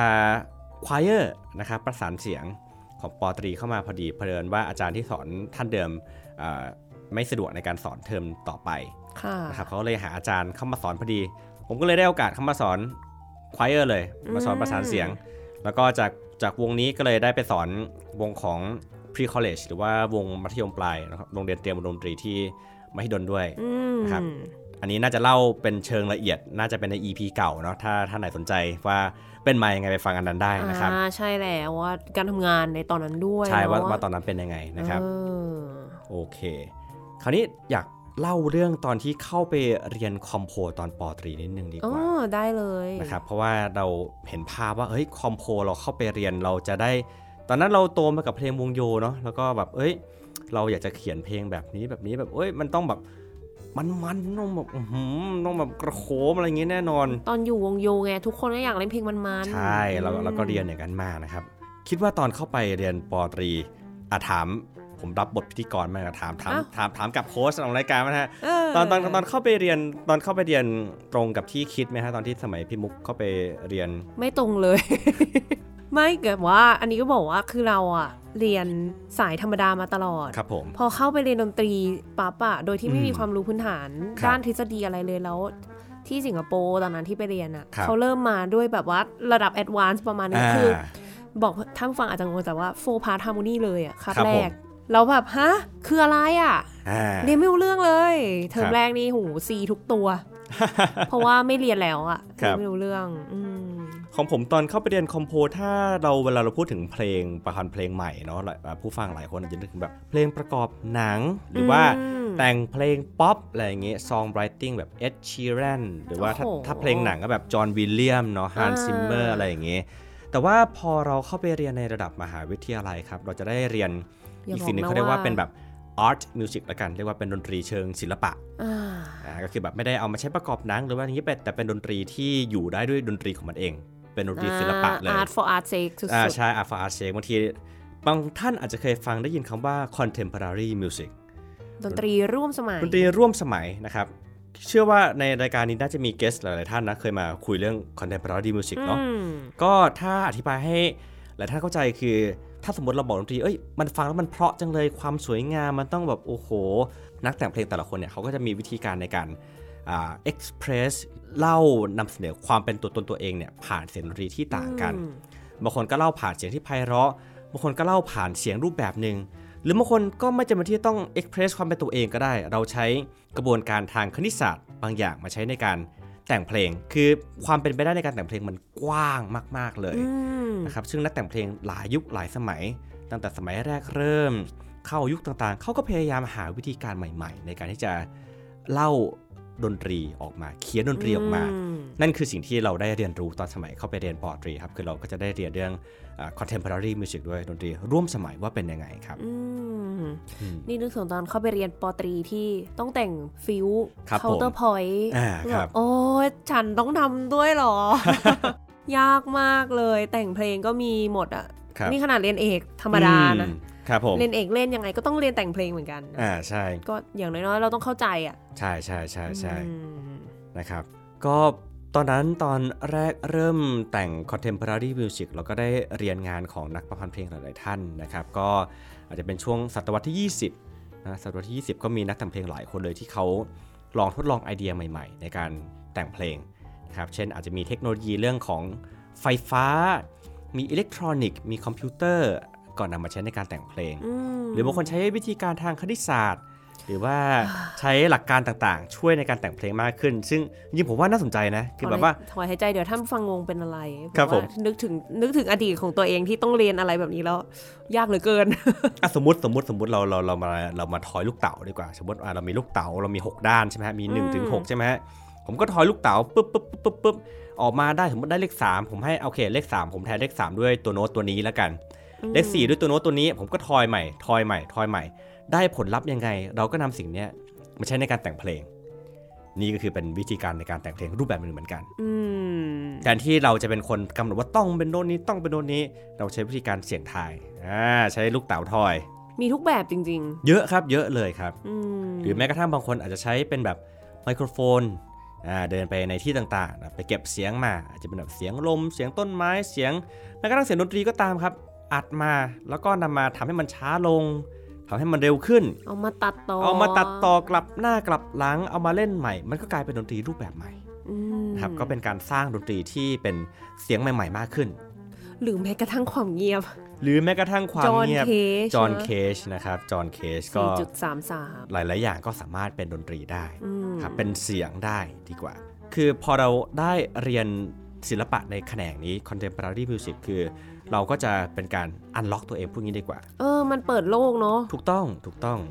choir นะครับประสานเสียงของปอตรีเข้ามาพอดีเผอิญว่าอาจารย์ที่สอนท่านเดิมไม่สะดวกในการสอนเทอมต่อไปนะครับเขาเลยหาอาจารย์เข้ามาสอนพอดีผมก็เลยได้โอกาสเข้ามาสอน choir เลยมาสอนประสานเสียงแล้วก็จากจากวงนี้ก็เลยได้ไปสอนวงของ pre college หรือว่าวงมัธยมปลายนะครับโรงเรียนเตรียมดนตรีที่มหิดลด้วยนะครับอันนี้น่าจะเล่าเป็นเชิงละเอียดน่าจะเป็นใน อี พี เก่าเนาะถ้าท่านไหนสนใจว่าเป็นมายังไงไปฟังอันนั้นได้นะครับอ่าใช่แล้วว่าการทำงานในตอนนั้นด้วยใช่ว่าว่าตอนนั้นเป็นยังไงนะครับโอเคคราวนี้อยากเล่าเรื่องตอนที่เข้าไปเรียนคอมโพตอนป.ตรีนิดนึงดีกว่าอ๋อได้เลยนะครับเพราะว่าเราเห็นภาพว่าเฮ้ยคอมโพเราเข้าไปเรียนเราจะได้ตอนนั้นเราโตมากับเพลงวงโยเนาะแล้วก็แบบเอ้ยเราอยากจะเขียนเพลงแบบนี้แบบนี้แบบเอ้ยมันต้องแบบมันๆต้องแบบต้องแบบกระโคมอะไรอย่างงี้แน่นอนตอนอยู่วงโยไงทุกคนก็อยากเล่นเพลงมันๆใช่แล้วเราก็เรียนอย่างนั้นมานะครับคิดว่าตอนเข้าไปเรียนป.ตรีอ่ะถามผมรับบทพิธีกรมาถามถามถามถามกับโค้ชของรายการนะฮะตอนตอนตอนเข้าไปเรียนตอนเข้าไปเรียนตรงกับที่คิดไหมฮะตอนที่สมัยพี่มุกเข้าไปเรียนไม่ตรงเลย ไม่เกิดว่าอันนี้ก็บอกว่าคือเราอะเรียนสายธรรมดามาตลอดครับผมพอเข้าไปเรียนดนตรีปั๊บอะโดยที่ไม่มีความรู้พื้นฐานด้านทฤษฎีอะไรเลยแล้วที่สิงคโปร์ตอนนั้นที่ไปเรียนอะเขาเริ่มมาด้วยแบบว่าระดับแอดวานซ์ประมาณนึงคือบอกท่านฟังอาจจะงงแต่ว่าโฟร์พาร์ทฮาร์โมนีเลยอะคลาสแรกแล้วแบบฮะคืออะไรอ่ะเรียนไม่รู้เรื่องเลยเทอมแรกนี่หูซีทุกตัวเพราะว่าไม่เรียนแล้วอ่ะไม่รู้เรื่องของผมตอนเข้าไปเรียนคอมโพถ้าเราเวลาเราพูดถึงเพลงประพันธ์เพลงใหม่เนาะผู้ฟังหลายคนจะนึกถึงแบบเพลงประกอบหนังหรือว่าแต่งเพลงป๊อปอะไรอย่างเงี้ยซองไรติ้งแบบเอ็ดชีแรนหรือว่าถ้าถ้าเพลงหนังก็แบบจอห์นวิลเลียมเนาะฮันซิมเมอร์อะไรอย่างเงี้ยแต่ว่าพอเราเข้าไปเรียนในระดับมหาวิทยาลัยครับเราจะได้เรียนอีกสิ่งนึงเขาเรียกว่าเป็นแบบ art music ละกันเรียกว่าเป็นดนตรีเชิงศิลปะอ่าก็คือแบบไม่ได้เอามาใช้ประกอบหนังหรือว่าอย่างนี้แต่เป็นดนตรีที่อยู่ได้ด้วยดนตรีของมันเองเป็นดนตรีศิลปะเลย art for art sake สุดๆอ่าใช่ art for art sake บางทีบางท่านอาจจะเคยฟังได้ยินคำว่า contemporary music ดนตรีร่วมสมัยดนตรีร่วมสมัยนะครับเชื่อว่าในรายการนี้น่าจะมีเกสต์หลายๆท่านนะเคยมาคุยเรื่อง contemporary music เนาะก็ถ้าอธิบายให้หลายท่านเข้าใจคือถ้าสมมติเราบอกดนตรีเอ้ยมันฟังแล้วมันเพราะจังเลยความสวยงามมันต้องแบบโอ้โหนักแต่งเพลงแต่ละคนเนี่ยเขาก็จะมีวิธีการในการอ่า express เล่านำเสนอความเป็นตัวตนตัวเองเนี่ยผ่านเสียงดนตรีที่ต่างกันบางคนก็เล่าผ่านเสียงที่ไพเราะบางคนก็เล่าผ่านเสียงรูปแบบนึงหรือบางคนก็ไม่จำเป็นที่ต้อง express ความเป็นตัวเองก็ได้เราใช้กระบวนการทางคณิตศาสตร์บางอย่างมาใช้ในการแต่งเพลงคือความเป็นไปได้ในการแต่งเพลงมันกว้างมากๆเลยนะครับซึ่งนักแต่งเพลงหลายยุคหลายสมัยตั้งแต่สมัยแรกเริ่มเข้ายุคต่างๆเขาก็พยายามหาวิธีการใหม่ๆในการที่จะเล่าดนตรีออกมาเขียนดนตรีออกมานั่นคือสิ่งที่เราได้เรียนรู้ตอนสมัยเข้าไปเรียนป.ตรีครับคือเราก็จะได้เรียนเรื่อง contemporary music ด้วยดนตรีร่วมสมัยว่าเป็นยังไงครับนี่นึกถึงตอนเข้าไปเรียนป.ตรีที่ต้องแต่งฟิวเคาน์เตอร์พอยต์แบบโอ้ยฉันต้องทำด้วยหรอ ยากมากเลยแต่งเพลงก็มีหมดอ่ะนี่ขนาดเรียนเอกธรรมดานะครับผมเรียนเอกเล่นยังไงก็ต้องเรียนแต่งเพลงเหมือนกันอ่าใช่ก็อย่างน้อยๆเราต้องเข้าใจอ่ะใช่ใช่ใช่ใช่นะครับก็ตอนนั้นตอนแรกเริ่มแต่ง contemporary music เราก็ได้เรียนงานของนักประพันธ์เพลงหลายๆท่านนะครับก็อาจจะเป็นช่วงศตวรรษที่ยี่สิบนะศตวรรษที่ยี่สิบก็มีนักแต่งเพลงหลายคนเลยที่เขาลองทดลองไอเดียใหม่ๆในการแต่งเพลงนะครับเช่นอาจจะมีเทคโนโลยีเรื่องของไฟฟ้ามีอิเล็กทรอนิกส์มีคอมพิวเตอร์ก่อนนำมาใช้ในการแต่งเพลงหรือบางคนใช้วิธีการทางคณิตศาสตร์หรือว่าใช้หลักการต่างๆช่วยในการแต่งเพลงมากขึ้นซึ่งยิ่งผมว่าน่าสนใจนะคือแบบว่าถอยหายใจเดี๋ยวท่านฟังงงเป็นอะไรครับผมนึกถึงนึกถึงอดีตของตัวเองที่ต้องเรียนอะไรแบบนี้แล้วยากเหลือเกินสมมติสมมติสมมติเราเราเรามาเรามาทอยลูกเต๋าดีกว่าสมมติเรามีลูกเต๋าเรามีหกด้านใช่ไหมมีหนึ่งถึงหกใช่ไหมผมก็ทอยลูกเต๋าปึ๊บปึ๊บปึ๊บปึ๊บออกมาได้สมมติได้เลขสามผมให้โอเคเลขสามผมแทนเลขสามด้วยตัวโน้ตตัวนี้แล้วกันเลขสี่ด้วยตัวโน้ตตัวนี้ผมก็ทอยใหม่ทอยใหม่ทอยใหม่ได้ผลลัพธ์ยังไงเราก็นำสิ่งนี้มาใช้ในการแต่งเพลงนี่ก็คือเป็นวิธีการในการแต่งเพลงรูปแบบนึงเหมือนกันแทนที่เราจะเป็นคนกำหนดว่าต้องเป็นโน้ตนี้ต้องเป็นโน้ตนี้เราใช้วิธีการเสี่ยงทายอ่าใช้ลูกเต๋าทอยมีทุกแบบจริงๆเยอะครับเยอะเลยครับหรือแม้กระทั่งบางคนอาจจะใช้เป็นแบบไมโครโฟนอ่าเดินไปในที่ต่างๆไปเก็บเสียงมาอาจจะเป็นแบบเสียงลมเสียงต้นไม้เสียงแม้กระทั่งเสียงดนตรีก็ตามครับอัดมาแล้วก็นำมาทำให้มันช้าลงทำให้มันเร็วขึ้นเอามาตัดต่อเอามาตัดต่อกลับหน้ากลับหลังเอามาเล่นใหม่มันก็กลายเป็นดนตรีรูปแบบใหม่นะครับก็เป็นการสร้างดนตรีที่เป็นเสียงใหม่ๆมากขึ้นหรือแม้กระทั่งความเงียบหรือแม้กระทั่งความเงียบจอห์นเคชนะครับจอห์นเคชก็สี่จุดสามสามหลายๆอย่างก็สามารถเป็นดนตรีได้ครับเป็นเสียงได้ดีกว่าคือพอเราได้เรียนศิลปะในแขนงนี้ contemporary music คือเราก็จะเป็นการ unlock ตัวเองพวกนี้ดีกว่าเออมันเปิดโลกเนาะถูกต้องถูกต้อง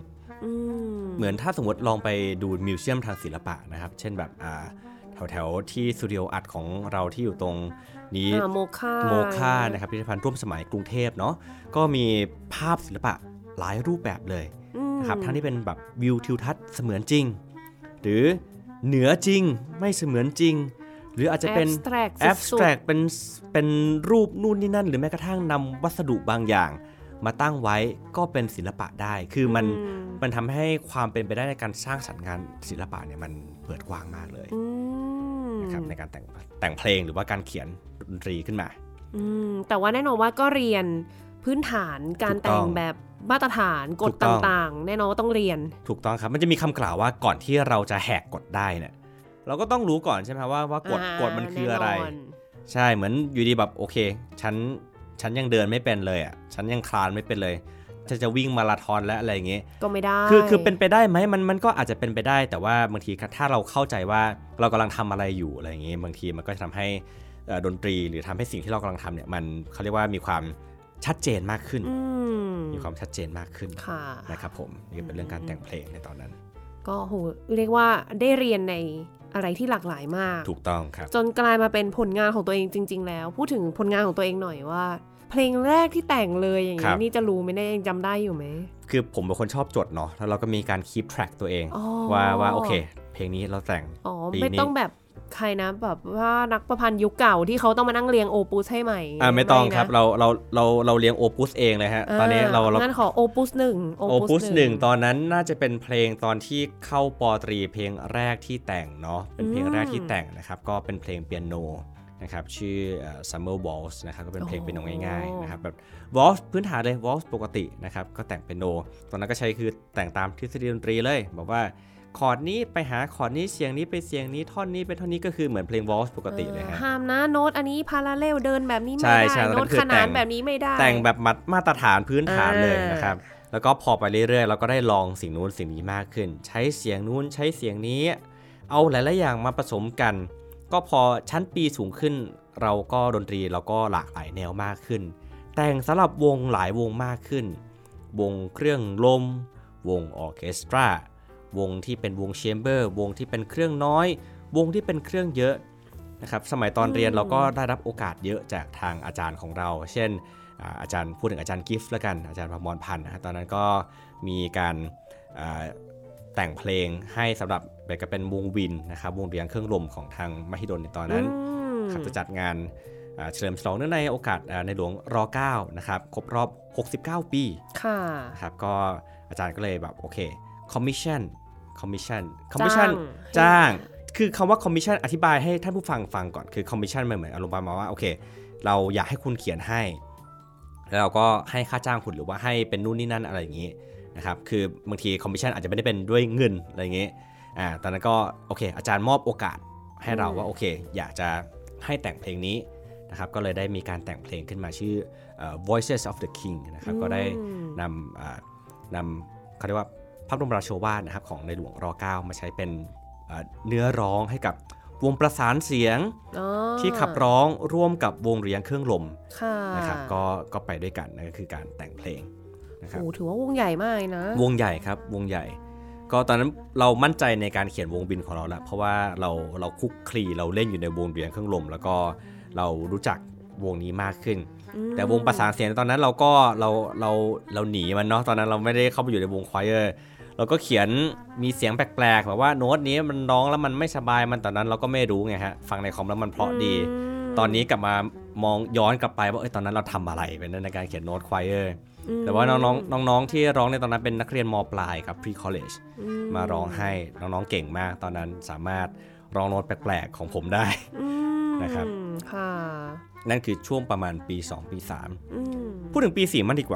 เหมือนถ้าสมมติลองไปดูมิวเซียมทางศิลปะนะครับเช่นแบบแถวๆที่สตูดิโออัดของเราที่อยู่ตรงนี้โมค่าโมค่านะครับพิพิธภัณฑ์ร่วมสมัยกรุงเทพเนาะก็มีภาพศิลปะหลายรูปแบบเลยนะครับทั้งที่เป็นแบบวิวทิวทัศน์เสมือนจริงหรือเหนือจริงไม่เสมือนจริงหรืออาจจะเป็น abstract เป็นเป็นรูปนู่นนี่นั่นหรือแม้กระทั่งนำวัสดุบางอย่างมาตั้งไว้ก็เป็นศิลปะได้คือมันมันทำให้ความเป็นไปได้ในการสร้างสรรค์งานศิลปะเนี่ยมันเปิดกว้างมากเลยนะครับในการแต่งแต่งเพลงหรือว่าการเขียนดนตรีขึ้นมาแต่ว่าแน่นอนว่าก็เรียนพื้นฐานการแต่งแบบมาตรฐานกฎต่างๆแน่นอนว่าต้องเรียนถูกต้องครับมันจะมีคำกล่าวว่าก่อนที่เราจะแหกกฎได้เนี่ยเราก็ต้องรู้ก่อนใช่ไหมว่าว่ากฎกฎมันคืออะไรใช่เหมือนอยู่ดีแบบโอเคฉันฉันยังเดินไม่เป็นเลยอ่ะฉันยังคลานไม่เป็นเลยฉันจะวิ่งมาราธอนและอะไรอย่างเงี้ยก็ไม่ได้คือคือเป็นไปได้ไหมมันมันก็อาจจะเป็นไปได้แต่ว่าบางทีถ้าเราเข้าใจว่าเรากำลังทำอะไรอยู่อะไรอย่างเงี้ยบางทีมันก็จะทำให้ดนตรีหรือทำให้สิ่งที่เรากำลังทำเนี่ยมันเขาเรียกว่ามีความชัดเจนมากขึ้นมีความชัดเจนมากขึ้นนะครับผมนี่เป็นเรื่องการแต่งเพลงในตอนนั้นก็โหเรียกว่าได้เรียนในอะไรที่หลากหลายมากถูกต้องครับจนกลายมาเป็นผลงานของตัวเองจริงๆแล้วพูดถึงผลงานของตัวเองหน่อยว่าเพลงแรกที่แต่งเลยอย่างนี้นี่จะรู้ไหมเนี่ยยังจำได้อยู่ไหมคือผมเป็นคนชอบจดเนาะแล้วเราก็มีการคีปแทร็กตัวเองว่าว่าโอเคเพลงนี้เราแต่งอ๋อไม่ต้องแบบใครนะแบบว่านักประพันธ์ยุคเก่าที่เขาต้องมานั่งเรียงโอปุสให้ใหม่อ่าไม่ต้องครับเราเราเราเราเรียงโอปุสเองเลยฮะตอนนี้เราเรางั้นขอโอปุสหนึ่งโอปุสหนึ่งตอนนั้นน่าจะเป็นเพลงตอนที่เข้าป.ตรีเพลงแรกที่แต่งเนาะเป็นเพลงแรกที่แต่งนะครับก็เป็นเพลงเปียโนนะครับชื่อ Summer Waltz นะครับก็เป็นเพลงเปียโนง่ายๆนะครับแบบ Waltz พื้นฐานเลย Waltz ปกตินะครับก็แต่งเปียโนตอนนั้นก็ใช้คือแต่งตามทฤษฎีดนตรีเลยบอกว่าคอร์ดนี้ไปหาคอร์ดนี้เสียงนี้ไปเสียงนี้ท่อนนี้เป็นท่อนนี้ก็คือเหมือนเพลง Waltz ปกติเลยฮะห้ามนะโน้ตอันนี้พาราเลลเดินแบบนี้ไม่ได้โน้ตขนานแบบนี้ไม่ได้แต่งแบบมาตรฐานพื้นฐานเลยนะครับแล้วก็พอไปเรื่อยๆเราก็ได้ลองสิ่งนู้นสิ่งนี้มากขึ้นใช้เสียงนู้นใช้เสียงนี้เอาหลายๆอย่างมาผสมกันก็พอชั้นปีสูงขึ้นเราก็ดนตรีเราก็หลากหลายแนวมากขึ้นแต่งสำหรับวงหลายวงมากขึ้นวงเครื่องลมวงออร์เคสตราวงที่เป็นวงแชมเบอร์วงที่เป็นเครื่องน้อยวงที่เป็นเครื่องเยอะนะครับสมัยตอนเรียนเราก็ได้รับโอกาสเยอะจากทางอาจารย์ของเราเช่นอาจารย์พูดถึงอาจารย์กิฟต์แล้วกันอาจารย์พมรพันธ์นะตอนนั้นก็มีการแต่งเพลงให้สำหรับแบบก็เป็นวงวินนะครับวงเรียงเครื่องลมของทางมหิดลในตอนนั้นจะจัดงานเฉลิมฉลองเนื่องในโอกาสในหลวงรเก้านะครับครบรอบหกสิบเก้าปีค่ะครับก็อาจารย์ก็เลยแบบโอเคคอมมิชชั่นคอมมิชชั่นคอมมิชชั่นจ้างคือคำว่าคอมมิชชั่นอธิบายให้ท่านผู้ฟังฟังก่อนคือคอมมิชชั่นมันเหมือนอารมณ์ประมาณว่าโอเคเราอยากให้คุณเขียนให้แล้วเราก็ให้ค่าจ้างคุณหรือว่าให้เป็นนู่นนี่นั่นอะไรอย่างนี้นะครับคือบางทีคอมมิชชั่นอาจจะไม่ได้เป็นด้วยเงินอะไรอย่างนี้อ่าตอนนั้นก็โอเคอาจารย์มอบโอกาสให้เราว่าโอเคอยากจะให้แต่งเพลงนี้นะครับก็เลยได้มีการแต่งเพลงขึ้นมาชื่อ uh, Voices of the King นะครับก็ได้นำนำเขาเรียกว่าพระบรมราโชวาทนะครับของในหลวงรเก้ามาใช้เป็นเนื้อร้องให้กับวงประสานเสียงที่ขับร้องร่วมกับวงเรียงเครื่องลมนะครับก็ก็ไปด้วยกันนั่นก็คือการแต่งเพลงนะครับโอ้ถือว่าวงใหญ่มากนะวงใหญ่ครับวงใหญ่ก็ตอนนั้นเรามั่นใจในการเขียนวงบินของเราแล้วเพราะว่าเราเราคุกคลีเราเล่นอยู่ในวงเรียงเครื่องลมแล้วก็เรารู้จักวงนี้มากขึ้นแต่วงประสานเสียงตอนนั้นเราก็เราเราเราหนีมันเนาะตอนนั้นเราไม่ได้เข้าไปอยู่ในวงควายเออร์เราก็เขียนมีเสียงแปลกๆแบบว่าโน้ตนี้มันร้องแล้วมันไม่สบายมันตอนนั้นเราก็ไม่รู้ไงฮะฟังในคอมแล้วมันเพราะดีตอนนี้กลับมามองย้อนกลับไปว่าเอ้ยตอนนั้นเราทำอะไรเป็นในการเขียนโน้ตควายเออร์แต่ว่าน้องๆน้องๆที่ร้องในตอนนั้นเป็นนักเรียนม.ปลายครับ pre college มาร้องให้น้องๆเก่งมากตอนนั้นสามารถร้องโน้ตแปลกๆของผมได้นะครับนั่นคือช่วงประมาณปีสองปีสามพูดถึงปีสี่มันดีกว่า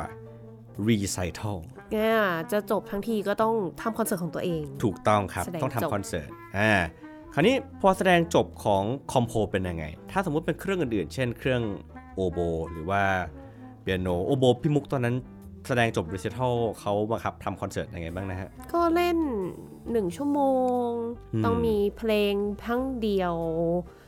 recital เนี่ยจะจบทั้งทีก็ต้องทำคอนเสิร์ตของตัวเองถูกต้องครับต้องทำคอนเสิร์ตอ่าคราวนี้พอแสดงจบของคอมโพเป็นยังไงถ้าสมมุติเป็นเครื่องอื่นๆเช่นเครื่องโอโบหรือว่าเปียโนโอโบพี่มุกตอนนั้นแสดงจบ recital เขาบังคับทำคอนเสิร์ตยังไงบ้างนะฮะก็เล่นหนึ่งชั่วโมงต้องมีเพลงทั้งเดียว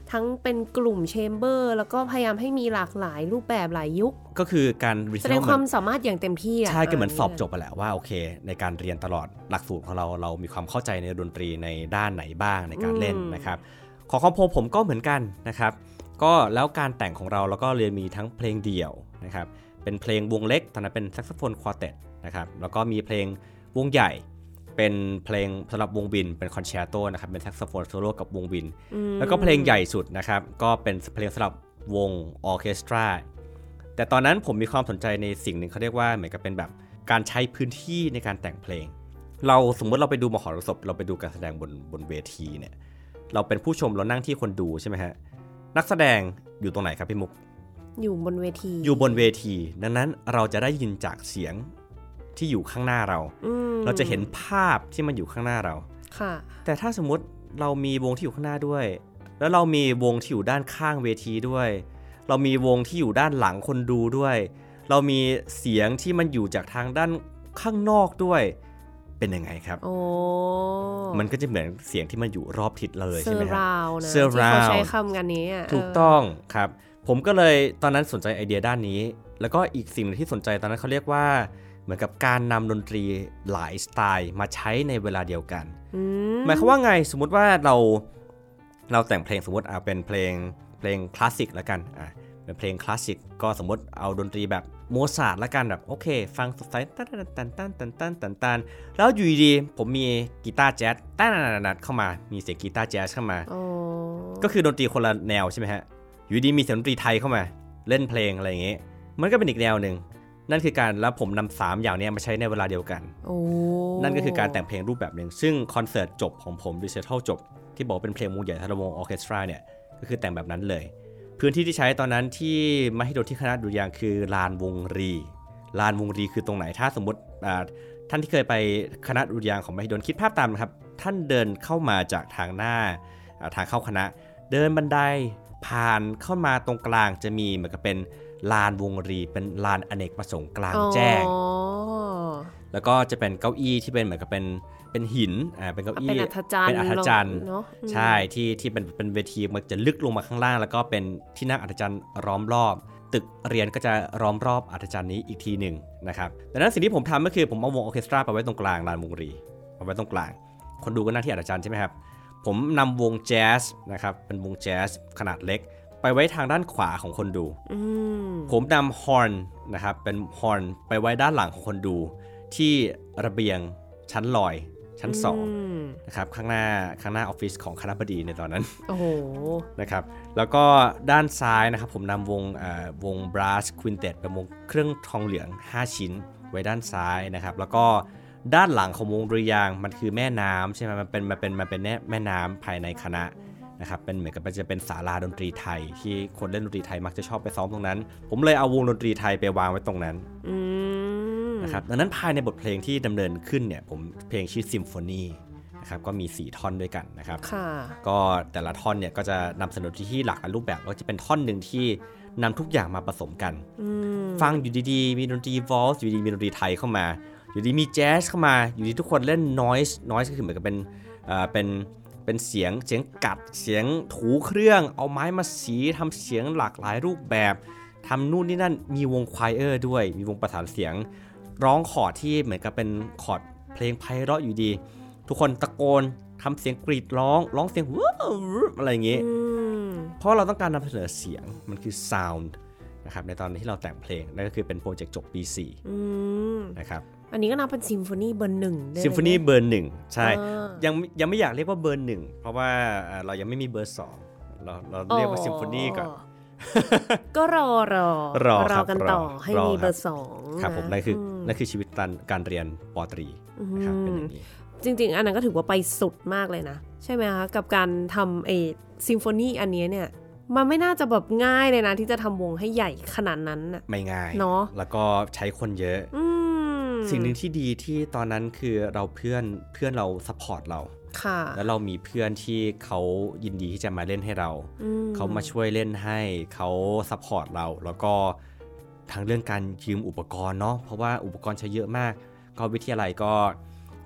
ทั้งเป็นกลุ่มแชมเบอร์แล้วก็พยายามให้มีหลากหลายรูปแบบหลายยุคก็คือการแสดงความสามารถอย่างเต็มที่ใช่ก็เหมือนสอบจบไปแหละว่าโอเคในการเรียนตลอดหลักสูตรของเราเรามีความเข้าใจในดนตรีในด้านไหนบ้างในการเล่นนะครับของคอมโพผมก็เหมือนกันนะครับก็แล้วการแต่งของเราเราก็เรียนมีทั้งเพลงเดี่ยวนะครับเป็นเพลงวงเล็กตอนนั้นเป็นแซกโซโฟนควอเต็ตนะครับแล้วก็มีเพลงวงใหญ่เป็นเพลงสำหรับวงวินเป็นคอนแชร์โตนะครับเป็นแซกโซโฟนโซโล่กับวงวินแล้วก็เพลงใหญ่สุดนะครับก็เป็นเพลงสำหรับวงออร์เคสตราแต่ตอนนั้นผมมีความสนใจในสิ่งหนึ่งเขาเรียกว่าเหมือนกับเป็นแบบการใช้พื้นที่ในการแต่งเพลงเราสมมติเราไปดูมหรสพเราไปดูการแสดงบนบนเวทีเนี่ยเราเป็นผู้ชมเรานั่งที่คนดูใช่ไหมฮะนักแสดงอยู่ตรงไหนครับพี่มุกอยู่บนเวทีอยู่บนเวทีดังนั้นเราจะได้ยินจากเสียงที่อยู่ข้างหน้าเราเราจะเห็นภาพที่มันอยู่ข้างหน้าเราค่ะแต่ถ้าสมมติเรามีวงที่อยู่ข้างหน้าด้วยแล้วเรามีวงที่อยู่ด้านข้างเวทีด้วยเรามีวงที่อยู่ด้านหลังคนดูด้วยเรามีเสียงที่มันอยู่จากทางด้านข้างนอกด้วยเป็นยังไงครับโอ้มันก็จะเหมือนเสียงที่มันอยู่รอบทิศเลยใช่ไหมครับเซอร์ราวที่เขาใช้คำกันนี้ถูกต้องครับผมก็เลยตอนนั้นสนใจไอเดียด้านนี้แล้วก็อีกสิ่งที่สนใจตอนนั้นเขาเรียกว่าเหมือนกับการนำดนตรีหลายสไตล์มาใช้ในเวลาเดียวกันหมายความว่าไงสมมุติว่าเราเราแต่งเพลงสมมติเอาเป็นเพลงเพลงคลาสสิกแล้วกันอ่ะเป็นเพลงคลาสสิกก็สมมติเอาดนตรีแบบโมซาร์ทแล้วกันแบบโอเคฟังสดใสตันตันตันตันตันตันตันแล้วอยู่ดีผมมีกีตาร์แจ๊สตันนัดเข้ามามีเสียงกีตาร์แจ๊สเข้ามาก็คือดนตรีคนละแนวใช่ไหมฮะอยู่ดีมีเสียงดนตรีไทยเข้ามาเล่นเพลงอะไรอย่างเงี้ยมันก็เป็นอีกแนวนึงนั่นคือการแล้วผมนำสามอย่างนี้มาใช้ในเวลาเดียวกันนั่นก็คือการแต่งเพลงรูปแบบนึงซึ่งคอนเสิร์ตจบของผมรีเซทัลจบที่บอกเป็นเพลงวงใหญ่ทารวงออร์เคสตราเนี่ยก็คือแต่งแบบนั้นเลยพื้นที่ที่ใช้ตอนนั้นที่มหิดลที่คณะดุริยางค์คือลานวงรีลานวงรีคือตรงไหนถ้าสมมติท่านที่เคยไปคณะดุริยางค์ของมหิดลคิดภาพตามนะครับท่านเดินเข้ามาจากทางหน้าทางเข้าคณะเดินบันไดผ่านเข้ามาตรงกลางจะมีเหมือนกับเป็นลานวงรีเป็นลานอเนกประสงค์กลางแจ้งแล้วก็จะเป็นเก้าอี้ที่เป็นเหมือนกับเป็นเป็นหินอ่าเป็นเก้าอี้เป็นอัฐจันทร์เป็นอัฐจันทร์ใช่ที่ที่เป็นเป็นเวทีมันจะลึกลงมาข้างล่างแล้วก็เป็นที่นั่งอัฐจันทร์ล้อมรอบตึกเรียนก็จะล้อมรอบอัฐจันทร์นี้อีกทีหนึ่งนะครับดังนั้นสิ่งที่ผมทำก็คือผมเอาวงออร์เคสตราไปไว้ตรงกลางลานวงรีเอาไว้ตรงกลางคนดูก็นั่งที่อัฐจันทร์ใช่ไหมครับผมนำวงแจ๊สนะครับเป็นวงแจ๊สขนาดเล็กไปไว้ทางด้านขวาของคนดูผมนำฮอร์นนะครับเป็นฮอร์นไปไว้ด้านหลังของคนดูที่ระเบียงชั้นลอยชั้นสองนะครับข้างหน้าข้างหน้าออฟฟิศของคณบดีในตอนนั้นโอ้โหนะครับแล้วก็ด้านซ้ายนะครับผมนำวงวงบรัสควินเต็ตเป็นวงเครื่องทองเหลืองห้าชิ้นไว้ด้านซ้ายนะครับแล้วก็ด้านหลังของวงดุริยางค์มันคือแม่น้ำใช่ไหมมันเป็นมันเป็นมันเป็นแม่น้ำภายในคณะนะครับเป็นเหมือนกับมันจะเป็นศาลาดนตรีไทยที่คนเล่นดนตรีไทยมักจะชอบไปซ้อมตรงนั้นผมเลยเอาวงดนตรีไทยไปวางไว้ตรงนั้นนะครับดังนั้นภายในบทเพลงที่ดำเนินขึ้นเนี่ยผมเพลงชื่อซิมโฟนีนะครับก็มีสี่ท่อนด้วยกันนะครับก็แต่ละท่อนเนี่ยก็จะนำเสนอที่หลากหลายรูปแบบก็จะเป็นท่อนหนึ่งที่นำทุกอย่างมาผสมกันฟังอยู่ดีๆมีดนตรีวอลซ์อยู่ดีมีดนตรีไทยเข้ามาอยู่ดีมีแจ๊สเข้ามาอยู่ดีทุกคนเล่นนอยส์นอยส์ก็คือเหมือนกับเป็นเอ่อเป็นเป็นเสียงเสียงกัดเสียงถูเครื่องเอาไม้มาสีทำเสียงหลากหลายรูปแบบทำนู่นนี่นั่นมีวงควายเออร์ด้วยมีวงประสานเสียงร้องคอร์ดที่เหมือนกับเป็นคอร์ดเพลงไพเราะอยู่ดีทุกคนตะโกนทำเสียงกรีดร้องร้องเสียงว้าวอะไรอย่างงี้เพราะเราต้องการนำเสนอเสียงมันคือซาวด์นะครับในตอนที่เราแต่งเพลงนั่นก็คือเป็นโปรเจกต์จบปีสี่นะครับอันนี้ก็นับเป็นซิมโฟนีเบอร์หนึ่งซิมโฟนีเบอร์หนึ่งใช่ยังยังไม่อยากเรียกว่าเบอร์หนึ่งเพราะว่าเรายังไม่มีเบอร์สองเราเราเรียกว่าซิมโฟนีก่อนก็รอรอรอรอกันต่อให้มีเบอร์สองครับผมนั่นคือนั่นคือชีวิตการเรียนป.ตรีนะครับเป็นอย่างนี้จริงๆอันนั้นก็ถือว่าไปสุดมากเลยนะใช่ไหมคะกับการทำไอ้ซิมโฟนีอันนี้เนี่ยมันไม่น่าจะแบบง่ายเลยนะที่จะทำวงให้ใหญ่ขนาดนั้นน่ะไม่ง่ายเนาะแล้วก็ใช้คนเยอะสิ่งหนึ่งที่ดีที่ตอนนั้นคือเราเพื่อนเพื่อนเราซัพพอร์ตเราแล้วเรามีเพื่อนที่เขายินดีที่จะมาเล่นให้เราเขามาช่วยเล่นให้เขาซัพพอร์ตเราแล้วก็ทั้งเรื่องการยืมอุปกรณ์เนาะเพราะว่าอุปกรณ์ใช้เยอะมากก็วิทยาลัยก็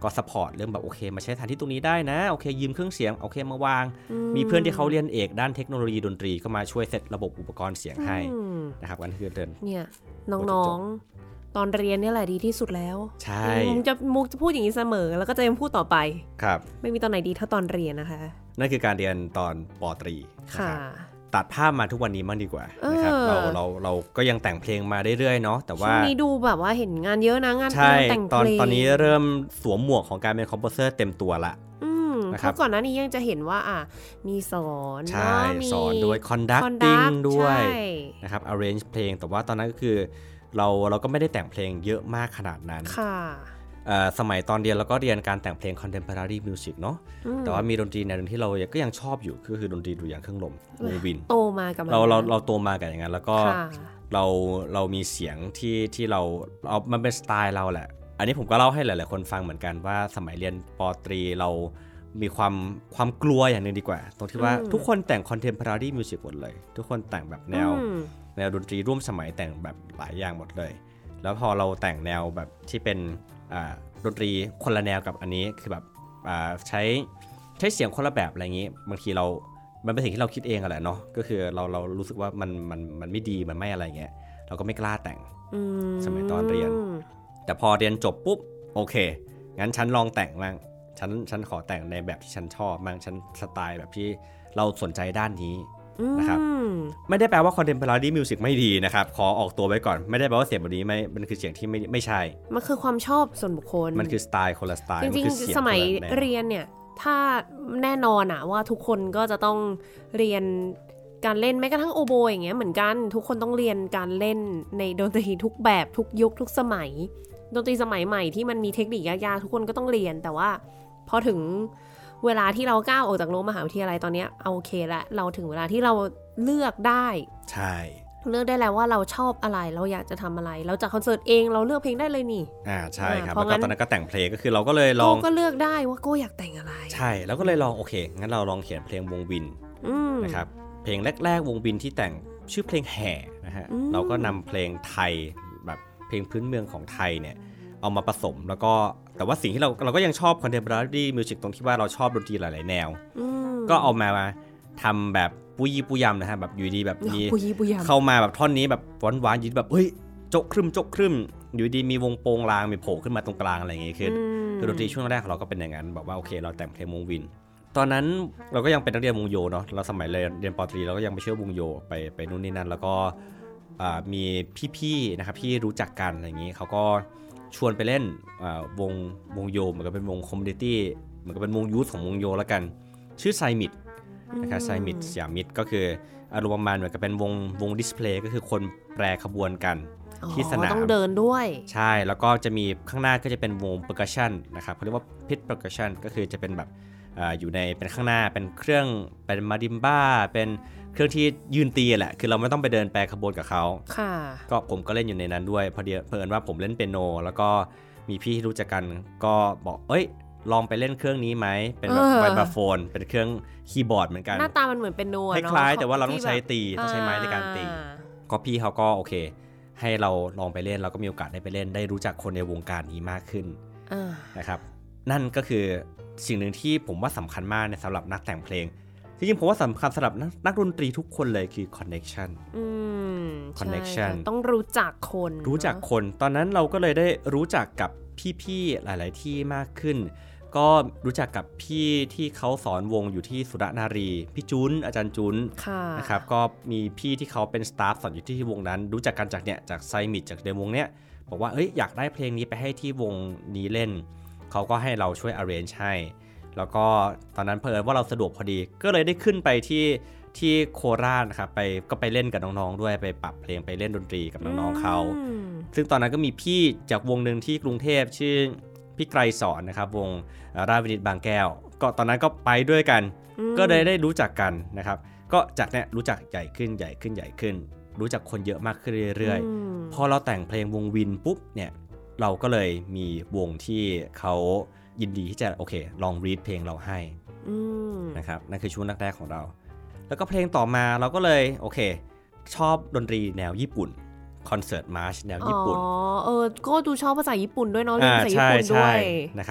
ก็ซัพพอร์ตเรื่องแบบโอเคมาใช้สถานที่ตรงนี้ได้นะโอเคยืมเครื่องเสียงโอเคมาวางมีเพื่อนที่เขาเรียนเอกด้านเทคโนโลยีดนตรีก็มาช่วยเซตระบบอุปกรณ์เสียงให้นะครับกันคือเดินเนี่ยน้องๆตอนเรียนนี่แหละดีที่สุดแล้วใช่มุกจะมุกจะพูดอย่างนี้เสมอแล้วก็จะยังพูดต่อไปครับไม่มีตอนไหนดีเท่าตอนเรียนนะคะนั่นคือการเรียนตอนป.ตรีค่ะตัดภาพมาทุกวันนี้มั่งดีกว่านะครับเราเราเราก็ยังแต่งเพลงมาเรื่อยๆเนาะแต่ว่าช่วงนี้ดูแบบว่าเห็นงานเยอะนะงานแต่งเพลงตอนตอนนี้เริ่มสวมหมวกของการเป็นคอมโพเซอร์เต็มตัวละเพราะก่อนหน้านี้ยังจะเห็นว่าอ่ะมีสอนใช่สอนด้วย conducting ด้วยนะครับ arrange เพลงแต่ว่าตอนนั้นก็คือเราเราก็ไม่ได้แต่งเพลงเยอะมากขนาดนั้นค่ะสมัยตอนเรียนเราก็เรียนการแต่งเพลง contemporary music เนาะแต่ว่ามีดนตรีแนวนึงที่เราก็ยังชอบอยู่ก็คือดนตรีดุริยางค์เครื่องลมวงวินโตมากับเราเราเราโตมากับอย่างนั้นแล้วก็เราเรามีเสียงที่ที่เราเอามันเป็นสไตล์เราแหละอันนี้ผมก็เล่าให้หลายๆคนฟังเหมือนกันว่าสมัยเรียนป.ตรีเรามีความความกลัวอย่างนึงดีกว่าตรงที่ว่าทุกคนแต่ง contemporary music หมดเลยทุกคนแต่งแบบแนวแนวดนตรีร่วมสมัยแต่งแบบหลายอย่างหมดเลยแล้วพอเราแต่งแนวแบบที่เป็นดนตรีคนละแนวกับอันนี้คือแบบใช้ใช้เสียงคนละแบบอะไรอย่างนี้บางทีเรามันเป็นสิ่งที่เราคิดเองอะแหละเนาะก็คือเราเรารู้สึกว่ามันมันมันไม่ดีมันไม่อะไรเงี้ยเราก็ไม่กล้าแต่งสมัยตอนเรียนแต่พอเรียนจบปุ๊บโอเคงั้นฉันลองแต่งบ้างฉันฉันขอแต่งในแบบที่ฉันชอบบ้างฉันสไตล์แบบที่เราสนใจด้านนี้นะครับไม่ได้แปลว่า contemporary music ไม่ดีนะครับขอออกตัวไว้ก่อนไม่ได้แปลว่าเสียงแบบนี้ไม่มันคือเสียงที่ไม่ไม่ใช่มันคือความชอบส่วนบุคคลมันคือสไตล์คนละสไตล์จริงๆสมัยเรียนเนี่ยถ้าแน่นอนอะว่าทุกคนก็จะต้องเรียนการเล่นแม้กระทั่งโอโบอย่างเงี้ยเหมือนกันทุกคนต้องเรียนการเล่นในดนตรีทุกแบบทุกยุคทุกสมัยดนตรีสมัยใหม่ที่มันมีเทคนิคยากๆทุกคนก็ต้องเรียนแต่ว่าพอถึงเวลาที่เราก้าวออกจากรั้วมหาวิทยาลัยตอนนี้เอาโอเคละเราถึงเวลาที่เราเลือกได้ใช่เลือกได้แล้วว่าเราชอบอะไรเราอยากจะทำอะไรเราจากคอนเสิร์ตเองเราเลือกเพลงได้เลยนี่อ่าใช่ครับแล้วก็ตอนนั้นก็แต่งเพลงก็คือเราก็เลยลองก็เลือกได้ว่าโก้อยากแต่งอะไรใช่แล้วก็เลยลองโอเคงั้นเราลองเขียนเพลงวงวินนะครับเพลงแรกๆวงวินที่แต่งชื่อเพลงแห่นะฮะเราก็นำเพลงไทยแบบเพลงพื้นเมืองของไทยเนี่ยเอามาผสมแล้วก็แต่ว่าสิ่งที่เราเราก็ยังชอบ contemporary music ตรงที่ว่าเราชอบดนตรีหลายๆแนวก็เอามาทำแบบปุยปุยยำนะฮะแบบอยู่ดีแบบมีเข้ามาแบบท่อนนี้แบบหวานๆยืดแบบเฮ้ยโจ๊กครึ่มโจ๊กครึ่มอยู่ดีมีวงโปงลางมีโผล่ขึ้นมาตรงกลางอะไรอย่างเงี้ยคือคือดนตรีช่วงแรกของเราก็เป็นอย่างนั้นบอกว่าโอเคเราแต่งเพลงวงวินตอนนั้นเราก็ยังเป็นนักเรียนวงโยเนาะเราสมัยเรียนเรียนป.ตรีเราก็ยังไปเชื่อวงโยไปไปนู่นนี่นั่นแล้วก็มีพี่ๆนะครับที่รู้จักกันอะไรอย่างงี้เขาก็ชวนไปเล่นวงวงโยเหมือนกับเป็นวงคอมมูนิตี้เหมือนกับเป็นวงยูธของวงโยแล้วกันชื่อไซมิดนะครับไซมิดสยามมิดก็คืออารมณ์ประมาณเหมือนกับเป็นวงวงดิสเพลย์ก็คือคนแปรขบวนกันที่สนามต้องเดินด้วยใช่แล้วก็จะมีข้างหน้าก็จะเป็นวงเปอร์คัชชั่นนะครับเขาเรียกว่าพิทเปอร์คัชชั่นก็คือจะเป็นแบบอยู่ในเป็นข้างหน้าเป็นเครื่องเป็นมาดิมบ้าเป็นเครื่องที่ยืนตีแหละคือเราไม่ต้องไปเดินแปรขบวนกับเขาค่ะก็ผมก็เล่นอยู่ในนั้นด้วยพอดีเผอิญว่าผมเล่นเปียโนแล้วก็มีพี่ที่รู้จักกันก็บอกเอ้ยลองไปเล่นเครื่องนี้ไหมเป็นแบบไวบราโฟนเป็นเครื่องคีย์บอร์ดเหมือนกันหน้าตามันเหมือนเปียโนเนาะคล้ายๆแต่ว่าเราต้องใช้ตีต้องใช้ไม้ในการตีก็พี่เขาก็โอเคให้เราลองไปเล่นเราก็มีโอกาสได้ไปเล่นได้รู้จักคนในวงการนี้มากขึ้นนะครับนั่นก็คือสิ่งหนึ่งที่ผมว่าสำคัญมากในสำหรับนักแต่งเพลงจริงๆผมว่าสำคัญสำหรับนักดนตรีทุกคนเลยคือ connection อืม connection ต้องรู้จักคนรู้จักคนตอนนั้นเราก็เลยได้รู้จักกับพี่ๆหลายๆที่มากขึ้นก็รู้จักกับพี่ที่เขาสอนวงอยู่ที่สุรนารีพี่จุนอาจารย์จุนนะครับก็มีพี่ที่เขาเป็นสตาฟสอนอยู่ที่วงนั้นรู้จักกันจากเนี่ยจากไซมิดจากเดมวงเนี้ยบอกว่าเอ้ยอยากได้เพลงนี้ไปให้ที่วงนี้เล่นเขาก็ให้เราช่วย arrange ให้แล้วก็ตอนนั้นเผอิญว่าเราสะดวกพอดีก็เลยได้ขึ้นไปที่ที่โคราชนะครับไปก็ไปเล่นกับน้องๆด้วยไปปรับเพลงไปเล่นดนตรีกับน้องๆเขาซึ่งตอนนั้นก็มีพี่จากวงนึงที่กรุงเทพชื่อพี่ไกรสอนนะครับวงราชวินิตบางแก้วก็ตอนนั้นก็ไปด้วยกันก็ได้ได้รู้จักกันนะครับก็จากเนี้ยรู้จักใหญ่ขึ้นใหญ่ขึ้นใหญ่ขึ้นรู้จักคนเยอะมากขึ้นเรื่อยๆพอเราแต่งเพลงวงวินปุ๊บเนี่ยเราก็เลยมีวงที่เขายินดีที่จะโอเคลองรีดเพลงเราให้นะครับนั่นคือช่วงแรกๆของเราแล้วก็เพลงต่อมาเราก็เลยโอเคชอบดนตรีแนวญี่ปุ่นคอนเสิร์ตมาร์ชแนวญี่ปุ่นอ๋อเออก็ดูชอบภาษาญี่ปุ่นด้วยเนาะเรียนภาษาญี่ปุ่นด้วยนะครับ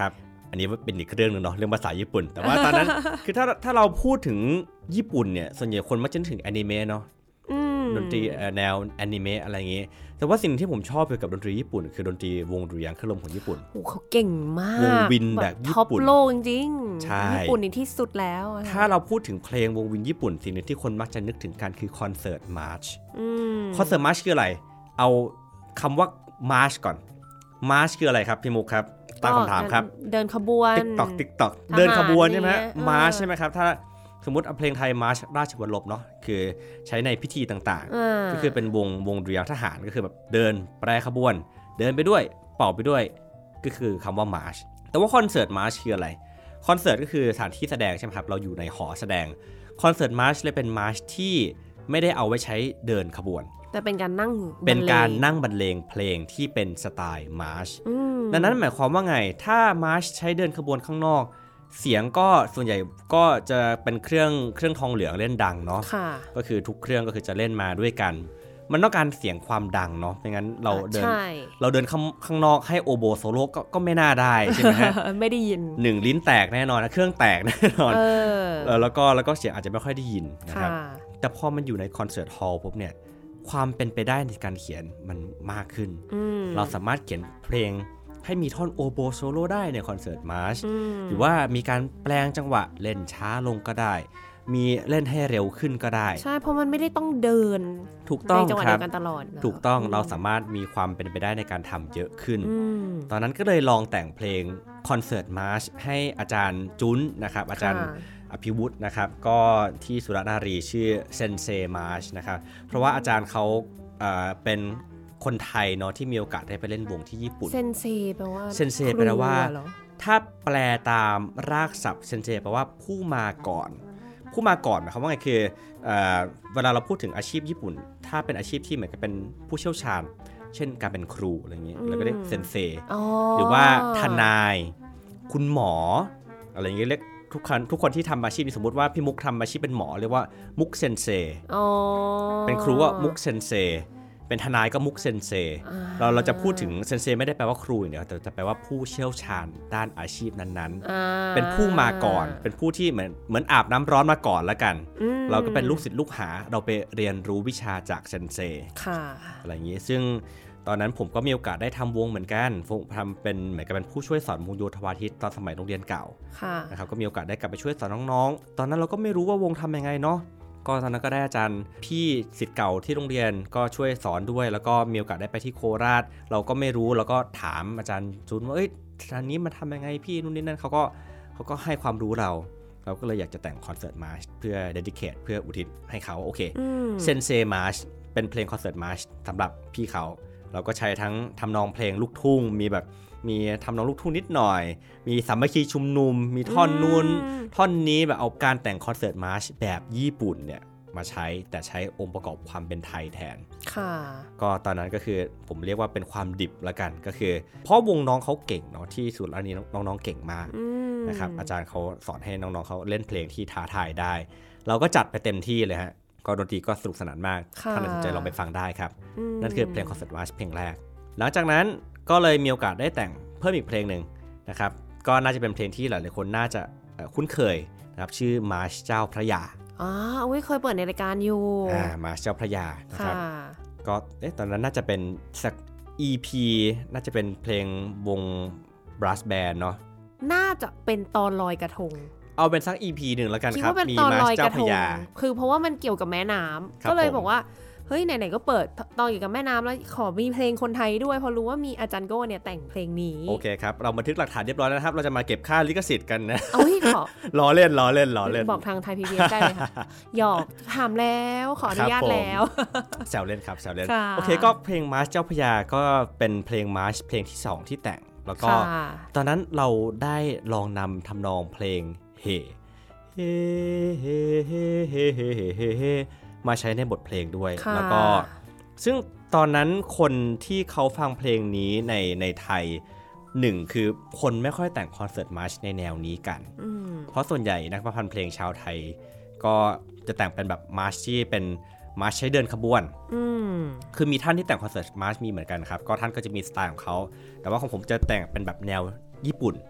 อันนี้เป็นอีกเรื่องนึงเนาะเรื่องภาษาญี่ปุ่นแต่ว่าตอนนั้น คือถ้าถ้าเราพูดถึงญี่ปุ่นเนี่ยส่วนใหญ่คนมักจะนึกถึงแอนิเมะเนาะดนตรีแนวแอนิเมะอะไรอย่างงี้แต่ว่าสิ่งที่ผมชอบเกี่ยวกับดนตรีญี่ปุ่นคือดนตรีวงดุริยางค์เครื่องลมของญี่ปุ่นโอ้เขาเก่งมากวงวินแบบญี่ปุ่นท็อปโลกจริงๆญี่ปุ่นนี่ที่สุดแล้วถ้าเราพูดถึงเพลงวงวินญี่ปุ่นสิ่งนึงที่คนมักจะนึกถึงกันคือคอนเสิร์ตมาร์ชคอนเสิร์ตมาร์ชคืออะไรเอาคำว่ามาร์ชก่อนมาร์ชคืออะไรครับพี่มุกครับตั้งคำถามครับเดินขบวนติ๊กตอกติ๊กตอกเดินขบวนใช่ไหมมาร์ชใช่ไหมครับถ้าสมมติเอาเพลงไทยมาร์ชราชวรลบเนาะคือใช้ในพิธีต่างๆก็คือเป็นวงวงดุริยางค์ทหารก็คือแบบเดินแปรขบวนเดินไปด้วยเป่าไปด้วยก็คือคำว่ามาร์ชแต่ว่าคอนเสิร์ตมาร์ชคืออะไรคอนเสิร์ตก็คือสถานที่แสดงใช่ไหมครับเราอยู่ในหอแสดงคอนเสิร์ตมาร์ชเลยเป็นมาร์ชที่ไม่ได้เอาไว้ใช้เดินขบวนแต่เป็นการนั่งเป็นการนั่งบรรเลงเพลงที่เป็นสไตล์มาร์ชดังนั้นหมายความว่าไงถ้ามาร์ชใช้เดินขบวนข้างนอกเสียงก็ส่วนใหญ่ก็จะเป็นเครื่องเครื่องทองเหลืองเล่นดังเนาะก็คือทุกเครื่องก็คือจะเล่นมาด้วยกันมันต้องการเสียงความดังเนาะไม่งั้นเราเดินเราเดินข้างนอกให้โอโบโซโล่ก็ไม่น่าได้ใช่ไหมฮะไม่ได้ยินหนึ่งลิ้นแตกแน่นอนนะเครื่องแตกแน่นอนแล้วก็แล้วก็เสียงอาจจะไม่ค่อยได้ยินนะครับแต่พอมันอยู่ในคอนเสิร์ตฮอลล์ปุ๊บเนี่ยความเป็นไปได้ในการเขียนมันมากขึ้นเราสามารถเขียนเพลงให้มีท่อนโอโบโซโล่ได้ในคอนเสิร์ตมาร์ชหรือว่ามีการแปลงจังหวะเล่นช้าลงก็ได้มีเล่นให้เร็วขึ้นก็ได้ใช่เพราะมันไม่ได้ต้องเดินถูกต้องในจังหวะเดียวกันตลอดถูกต้องเราสามารถมีความเป็นไปได้ในการทำเยอะขึ้นตอนนั้นก็เลยลองแต่งเพลงคอนเสิร์ตมาร์ชให้อาจารย์จุ้นนะครับอาจารย์อภิวุฒินะครับก็ที่สุรนารีชื่อเซนเซมาร์ชนะครับเพราะว่าอาจารย์เขาเอ่อเป็นคนไทยเนาะที่มีโอกาสได้ไปเล่นวงที่ญี่ปุ่นเซนเซแปลว่าเซนเซแปลว่าถ้าแปลตามรากศัพท์เซนเซแปลว่าผู้มาก่อนผู้มาก่อนหมายความว่าไงคือเอ่อเวลาเราพูดถึงอาชีพญี่ปุ่นถ้าเป็นอาชีพที่เหมือนกับเป็นผู้เชี่ยวชาญเช่นการเป็นครูอะไรอย่างเงี้ยเราก็เรียกเซนเซหรือว่าทนายคุณหมออะไรอย่างเงี้ยเรียกทุกคนทุกคนที่ทำอาชีพสมมติว่าพี่มุกทำอาชีพเป็นหมอเรียกว่ามุกเซนเซเป็นครูว่ามุกเซนเซเป็นทนายก็มุกเซนเซเราเราจะพูดถึงเซนเซไม่ได้แปลว่าครูอย่างเดียวแต่จะแปลว่าผู้เชี่ยวชาญด้านอาชีพนั้นๆเป็นผู้มาก่อนเป็นผู้ที่เหมือนเหมือนอาบน้ำร้อนมาก่อนแล้วกันเราก็เป็นลูกศิษย์ลูกหาเราไปเรียนรู้วิชาจากเซนเซอะไรอย่างนี้ซึ่งตอนนั้นผมก็มีโอกาสได้ทำวงเหมือนกันทำเป็นเหมือนกับเป็นผู้ช่วยสอนวงโยธวาทิตตอนสมัยโรงเรียนเก่านะครับก็มีโอกาสได้กลับไปช่วยสอนน้องๆตอนนั้นเราก็ไม่รู้ว่าวงทำยังไงเนาะก็ตอนนั้นก็ได้อาจารย์พี่ศิษย์เก่าที่โรงเรียนก็ช่วยสอนด้วยแล้วก็มีโอกาสได้ไปที่โคราชเราก็ไม่รู้เราก็ถามอาจารย์จุนว่าเอ้ยอันนี้มันทำยังไงพี่นู่นนี่นั่นเขาก็เขาก็ให้ความรู้เราเราก็เลยอยากจะแต่งคอนเสิร์ตมาร์ชเพื่อเดดิเคทเพื่ออุทิศให้เขาโอเคเซนเซมาร์ชเป็นเพลงคอนเสิร์ตมาร์ชสำหรับพี่เขาเราก็ใช้ทั้งทำนองเพลงลูกทุ่งมีแบบมีทำนองลูกทุ่งนิดหน่อยมีสามัคคีชุมนุมมีท่อนนู้นท่อนนี้แบบเอาการแต่งคอนเสิร์ตมาร์ชแบบญี่ปุ่นเนี่ยมาใช้แต่ใช้องค์ประกอบความเป็นไทยแทนค่ะก็ตอนนั้นก็คือผมเรียกว่าเป็นความดิบละกันก็คือเพราะวงน้องเขาเก่งเนาะที่สุดแล้วนี้น้องๆเก่งมากนะครับอาจารย์เขาสอนให้น้องๆเขาเล่นเพลงที่ท้าทายได้เราก็จัดไปเต็มที่เลยฮะก็ดนตรีก็สนุกสนานมากถ้าสนใจลองไปฟังได้ครับนั่นคือเพลงคอนเสิร์ตมาร์ชเพลงแรกหลังจากนั้นก็เลยมีโอกาสได้แต่งเพิ่มอีกเพลงหนึ่งนะครับก็น่าจะเป็นเพลงที่หลายๆคนน่าจะคุ้นเคยนะครับชื่อมาร์ชเจ้าพระยาอ๋ออุ้ยเคยเปิดในรายการอยู่อ่ามาร์ชเจ้าพระยานะครับก็เอ๊ะตอนนั้นน่าจะเป็นสัก อี พี น่าจะเป็นเพลงวง brass band เนาะน่าจะเป็นตอนลอยกระทงเอาเป็นสัก อี พี หนึ่งแล้วกันครับมีมาร์ชเจ้าพระยาคือเพราะว่ามันเกี่ยวกับแม่น้ำก็เลยบอกว่าเฮ้ยไหนๆก็เปิดตอนอยู่กับแม่น้ำแล้วขอมีเพลงคนไทยด้วยเพราะรู้ว่ามีอาจารย์โก้เนี่ยแต่งเพลงนี้โอเคครับเราบันทึกหลักฐานเรียบร้อยแล้วนะครับเราจะมาเก็บค่าลิขสิทธิ์กันนะเอาให้ขอล้อเล่นล้อเล่นล้อเล่นบอกทางไทย พี บี เอส ได้เลยค่ะหยอกถามแล้วขออนุญาตแล้วแซวเล่นครับแซวเล่นโอเคก็เพลงมาร์ชเจ้าพระยาก็เป็นเพลงมาร์ชเพลงที่สองที่แต่งแล้วก็ตอนนั้นเราได้ลองนำทำนองเพลงเฮเฮเฮเฮเฮเฮเฮเฮมาใช้ในบทเพลงด้วยแล้วก็ซึ่งตอนนั้นคนที่เขาฟังเพลงนี้ในในไทยหนึ่งคือคนไม่ค่อยแต่งคอนเสิร์ตมาร์ชในแนวนี้กันเพราะส่วนใหญ่นักประพันธ์เพลงชาวไทยก็จะแต่งเป็นแบบมาร์ชที่เป็นมาร์ชใช้เดินขบวนคือมีท่านที่แต่งคอนเสิร์ตมาร์ชมีเหมือนกันครับก็ท่านก็จะมีสไตล์ของเขาแต่ว่าของผมจะแต่งเป็นแบบแนวญี่ปุ่น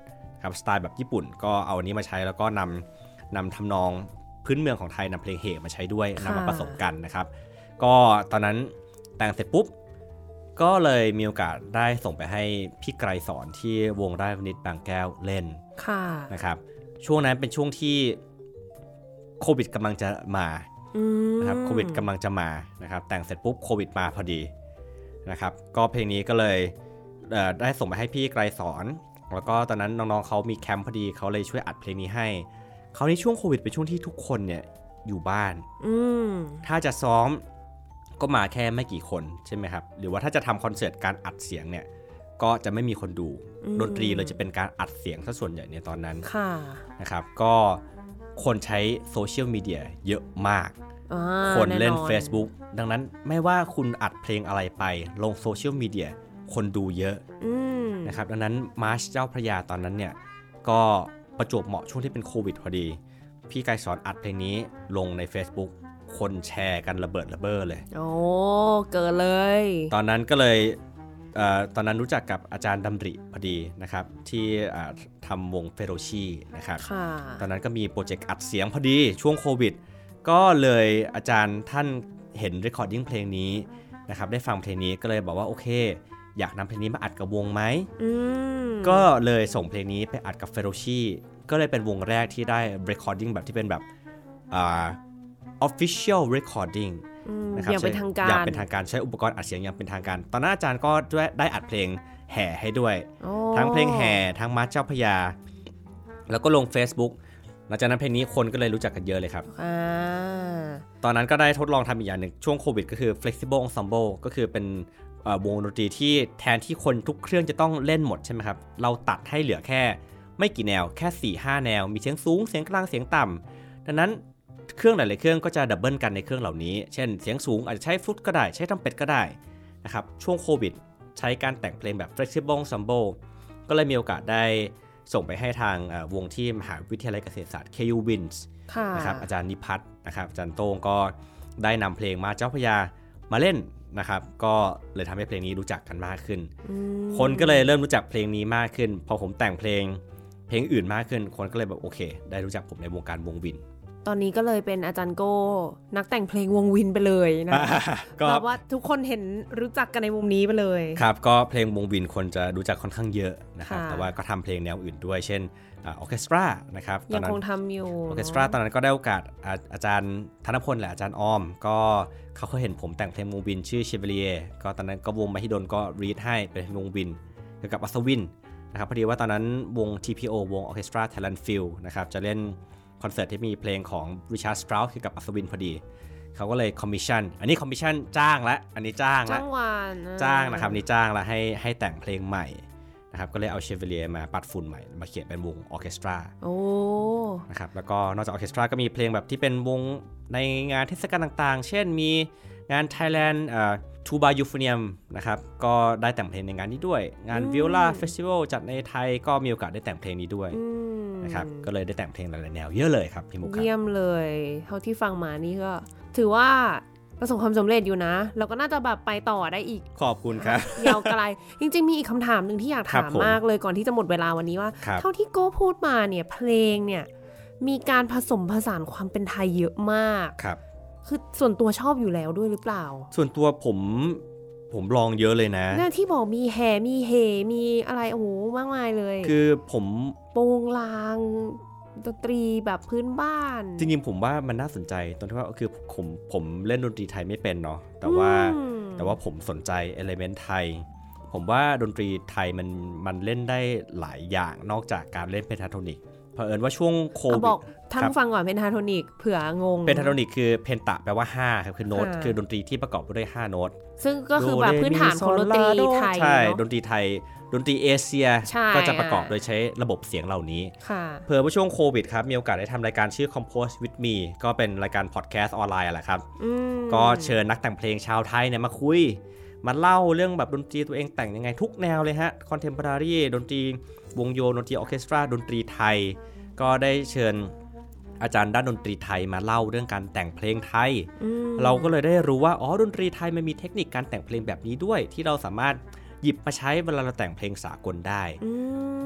ครับสไตล์แบบญี่ปุ่นก็เอาอันนี้มาใช้แล้วก็นำนำทำนองพื้นเมืองของไทยนำเพลงเฮมาใช้ด้วยนำมาผสมกันนะครับก็ตอนนั้นแต่งเสร็จปุ๊บก็เลยมีโอกาสได้ส่งไปให้พี่ไกรสอนที่วงราชวณิชบางแก้วเล่นนะครับช่วงนั้นเป็นช่วงที่โควิดกำลังจะมานะครับโควิดกำลังจะมานะครับแต่งเสร็จปุ๊บโควิดมาพอดีนะครับก็เพลงนี้ก็เลยเอ่อได้ส่งไปให้พี่ไกรสอนแล้วก็ตอนนั้นน้องๆเขามีแคมป์พอดีเขาเลยช่วยอัดเพลงนี้ให้เขาในช่วงโควิดเป็นช่วงที่ทุกคนเนี่ยอยู่บ้านถ้าจะซ้อมก็มาแค่ไม่กี่คนใช่ไหมครับหรือว่าถ้าจะทำคอนเสิร์ตการอัดเสียงเนี่ยก็จะไม่มีคนดูดนตรีเลยจะเป็นการอัดเสียงซะส่วนใหญ่ในตอนนั้นนะครับก็คนใช้โซเชียลมีเดียเยอะมากคนเล่น Facebook ดังนั้นไม่ว่าคุณอัดเพลงอะไรไปลงโซเชียลมีเดียคนดูเยอะนะครับดังนั้นมาร์ชเจ้าพระยาตอนนั้นเนี่ยก็ประจวบเหมาะช่วงที่เป็นโควิดพอดีพี่ไกรสอนอัดเพลงนี้ลงใน Facebook คนแชร์กันระเบิดระเบ้อเลยโอ้เกิดเลยตอนนั้นก็เลยเอ่อตอนนั้นรู้จักกับอาจารย์ดำริพอดีนะครับที่ทำวงเฟโรชีนะครับตอนนั้นก็มีโปรเจกต์อัดเสียงพอดีช่วงโควิดก็เลยอาจารย์ท่านเห็นเรคคอร์ดิ้งเพลงนี้นะครับได้ฟังเพลงนี้ก็เลยบอกว่าโอเคอยากนำเพลงนี้มาอัดกับวงไหมก็เลยส่งเพลงนี้ไปอัดกับเฟโรชีก็เลยเป็นวงแรกที่ได้เรคคอร์ดิ้งแบบที่เป็นแบบอ่า official recording นะครับอย่างเป็นทางการอย่างเป็นทางการใช้อุปกรณ์อัดเสียงอย่างเป็นทางการตอนนั้นอาจารย์ก็ได้อัดเพลงแห่ให้ด้วยทั้งเพลงแห่ทั้งมาร์ชเจ้าพระยาแล้วก็ลง Facebook หลังจากนั้นเพลงนี้คนก็เลยรู้จักกันเยอะเลยครับตอนนั้นก็ได้ทดลองทำอีกอย่างหนึ่งช่วงโควิดก็คือ flexible ensemble ก็คือเป็นวงดนตรีที่แทนที่คนทุกเครื่องจะต้องเล่นหมดใช่ไหมครับเราตัดให้เหลือแค่ไม่กี่แนวแค่ สี่ห้า แนวมีเสียงสูงเสียงกลางเสียงต่ำดังนั้นเครื่องหลายๆเครื่องก็จะดับเบิลกันในเครื่องเหล่านี้เช่นเสียงสูงอาจจะใช้ฟลุตก็ได้ใช้ทรัมเป็ตก็ได้นะครับช่วงโควิดใช้การแต่งเพลงแบบ flexible ensemble ก็เลยมีโอกาสได้ส่งไปให้ทางวงที่มหาวิทยาลัยเกษตรศาสตร์ เค ยู Winds นะครับอาจารย์นิพัฒน์นะครับอาจารย์โต้งก็ได้นำเพลงมาเจ้าพระยามาเล่นนะครับก็เลยทำให้เพลงนี้รู้จักกันมากขึ้นคนก็เลยเริ่มรู้จักเพลงนี้มากขึ้นพอผมแต่งเพลงเพลงอื่นมากขึ้นคนก็เลยแบบโอเคได้รู้จักผมในวงการวงวินตอนนี้ก็เลยเป็นอาจารย์โก้นักแต่งเพลงวงวินไปเลยนะแบบว่าทุกคนเห็นรู้จักกันในวงนี้ไปเลยครับก็เพลงวงวินคนจะรู้จักค่อนข้างเยอะนะครับแต่ว่าก็ทำเพลงแนวอื่นด้วยเช่นออเคสตรานะครับยังคงทำอยู่ออเคสตราตอนนั้นก็ได้โอกาสอาอาจารย์ธนพลและอาจารย์อ้อมก็เขาเคยเห็นผมแต่งเพลงวงวินชื่อเชเวลียก็ตอนนั้นก็วงมหิดลก็รีดให้เป็นวงวินเกี่ยวกับอัศวินนะครับพอดีว่าตอนนั้นวง ที พี โอ วง Orchestra Thailand Field นะครับจะเล่นคอนเสิร์ตที่มีเพลงของ Richard Strauss เกี่ยวกับอัศวินพอดีเขาก็เลยคอมมิชชั่นอันนี้คอมมิชชั่นจ้างละอันนี้จ้างละจ้างวานจ้างนะครับนี่จ้างละให้ให้แต่งเพลงใหม่นะครับก็เลยเอาเชเวลียมาปัดฝุ่นใหม่มาเขียนเป็นวงออเคสตราโอ้นะครับแล้วก็นอกจากออเคสตราก็มีเพลงแบบที่เป็นวงในงานเทศกาลต่างๆเช่นมีงาน Thailand เอ่อ Tuba Euphonium นะครับก็ได้แต่งเพลงในงานนี้ด้วยงาน Viola Festival จัดในไทยก็มีโอกาสได้แต่งเพลงนี้ด้วยนะครับก็เลยได้แต่งเพลงหลายๆแนวเยอะเลยครับพี่มุกครับเยี่ยมเลยเท่าที่ฟังมานี่ก็ถือว่าประสบความสำเร็จอยู่นะเราก็น่าจะแบบไปต่อได้อีกขอบคุณครับยาวไกลจริงๆมีอีกคำถามหนึ่งที่อยากถามมากเลยก่อนที่จะหมดเวลาวันนี้ว่าเท่าที่โก้พูดมาเนี่ยเพลงเนี่ยมีการผสมผสานความเป็นไทยเยอะมากครับคือส่วนตัวชอบอยู่แล้วด้วยหรือเปล่าส่วนตัวผมผมลองเยอะเลยนะน่าที่บอกมีแห่มีเฮมีอะไรโอ้โหมากมายเลยคือผมโปงลางดนตรีแบบพื้นบ้านจริงๆผมว่ามันน่าสนใจตรงที่ว่าคือผมผมเล่นดนตรีไทยไม่เป็นเนาะแต่ว่าแต่ว่าผมสนใจเอลิเมนต์ไทยผมว่าดนตรีไทยมันมันเล่นได้หลายอย่างนอกจากการเล่นเพนทาโทนิกเผอิญว่าช่วงโควิดบอกท่านฟังก่อนเพนทาโทนิกเผื่องงเพนทาโทนิกคือเพนตะแปลว่าห้าครับคือโน้ตคือดนตรีที่ประกอบด้วยห้าโน้ตซึ่งก็คือแบบพื้นฐานของดนตรีไทยใช่ดนตรีไทยดนตรีเอเชียก็จะประกอบโดยใช้ระบบเสียงเหล่านี้เผื่อว่าช่วงโควิดครับมีโอกาสได้ทำรายการชื่อ Compose with me ก็เป็นรายการพอดแคสต์ออนไลน์แหละครับก็เชิญนักแต่งเพลงชาวไทยเนี่ยมาคุยมาเล่าเรื่องแบบดนตรีตัวเองแต่งยังไงทุกแนวเลยฮะคอนเทมพอรารีดนตรีวงโยดนตรีออร์เคสตราดนตรีไทยก็ได้เชิญอาจารย์ด้านดนตรีไทยมาเล่าเรื่องการแต่งเพลงไทยเราก็เลยได้รู้ว่าอ๋อดนตรีไทยมันมีเทคนิคการแต่งเพลงแบบนี้ด้วยที่เราสามารถหยิบมาใช้เวลาเราแต่งเพลงสากลได้ผ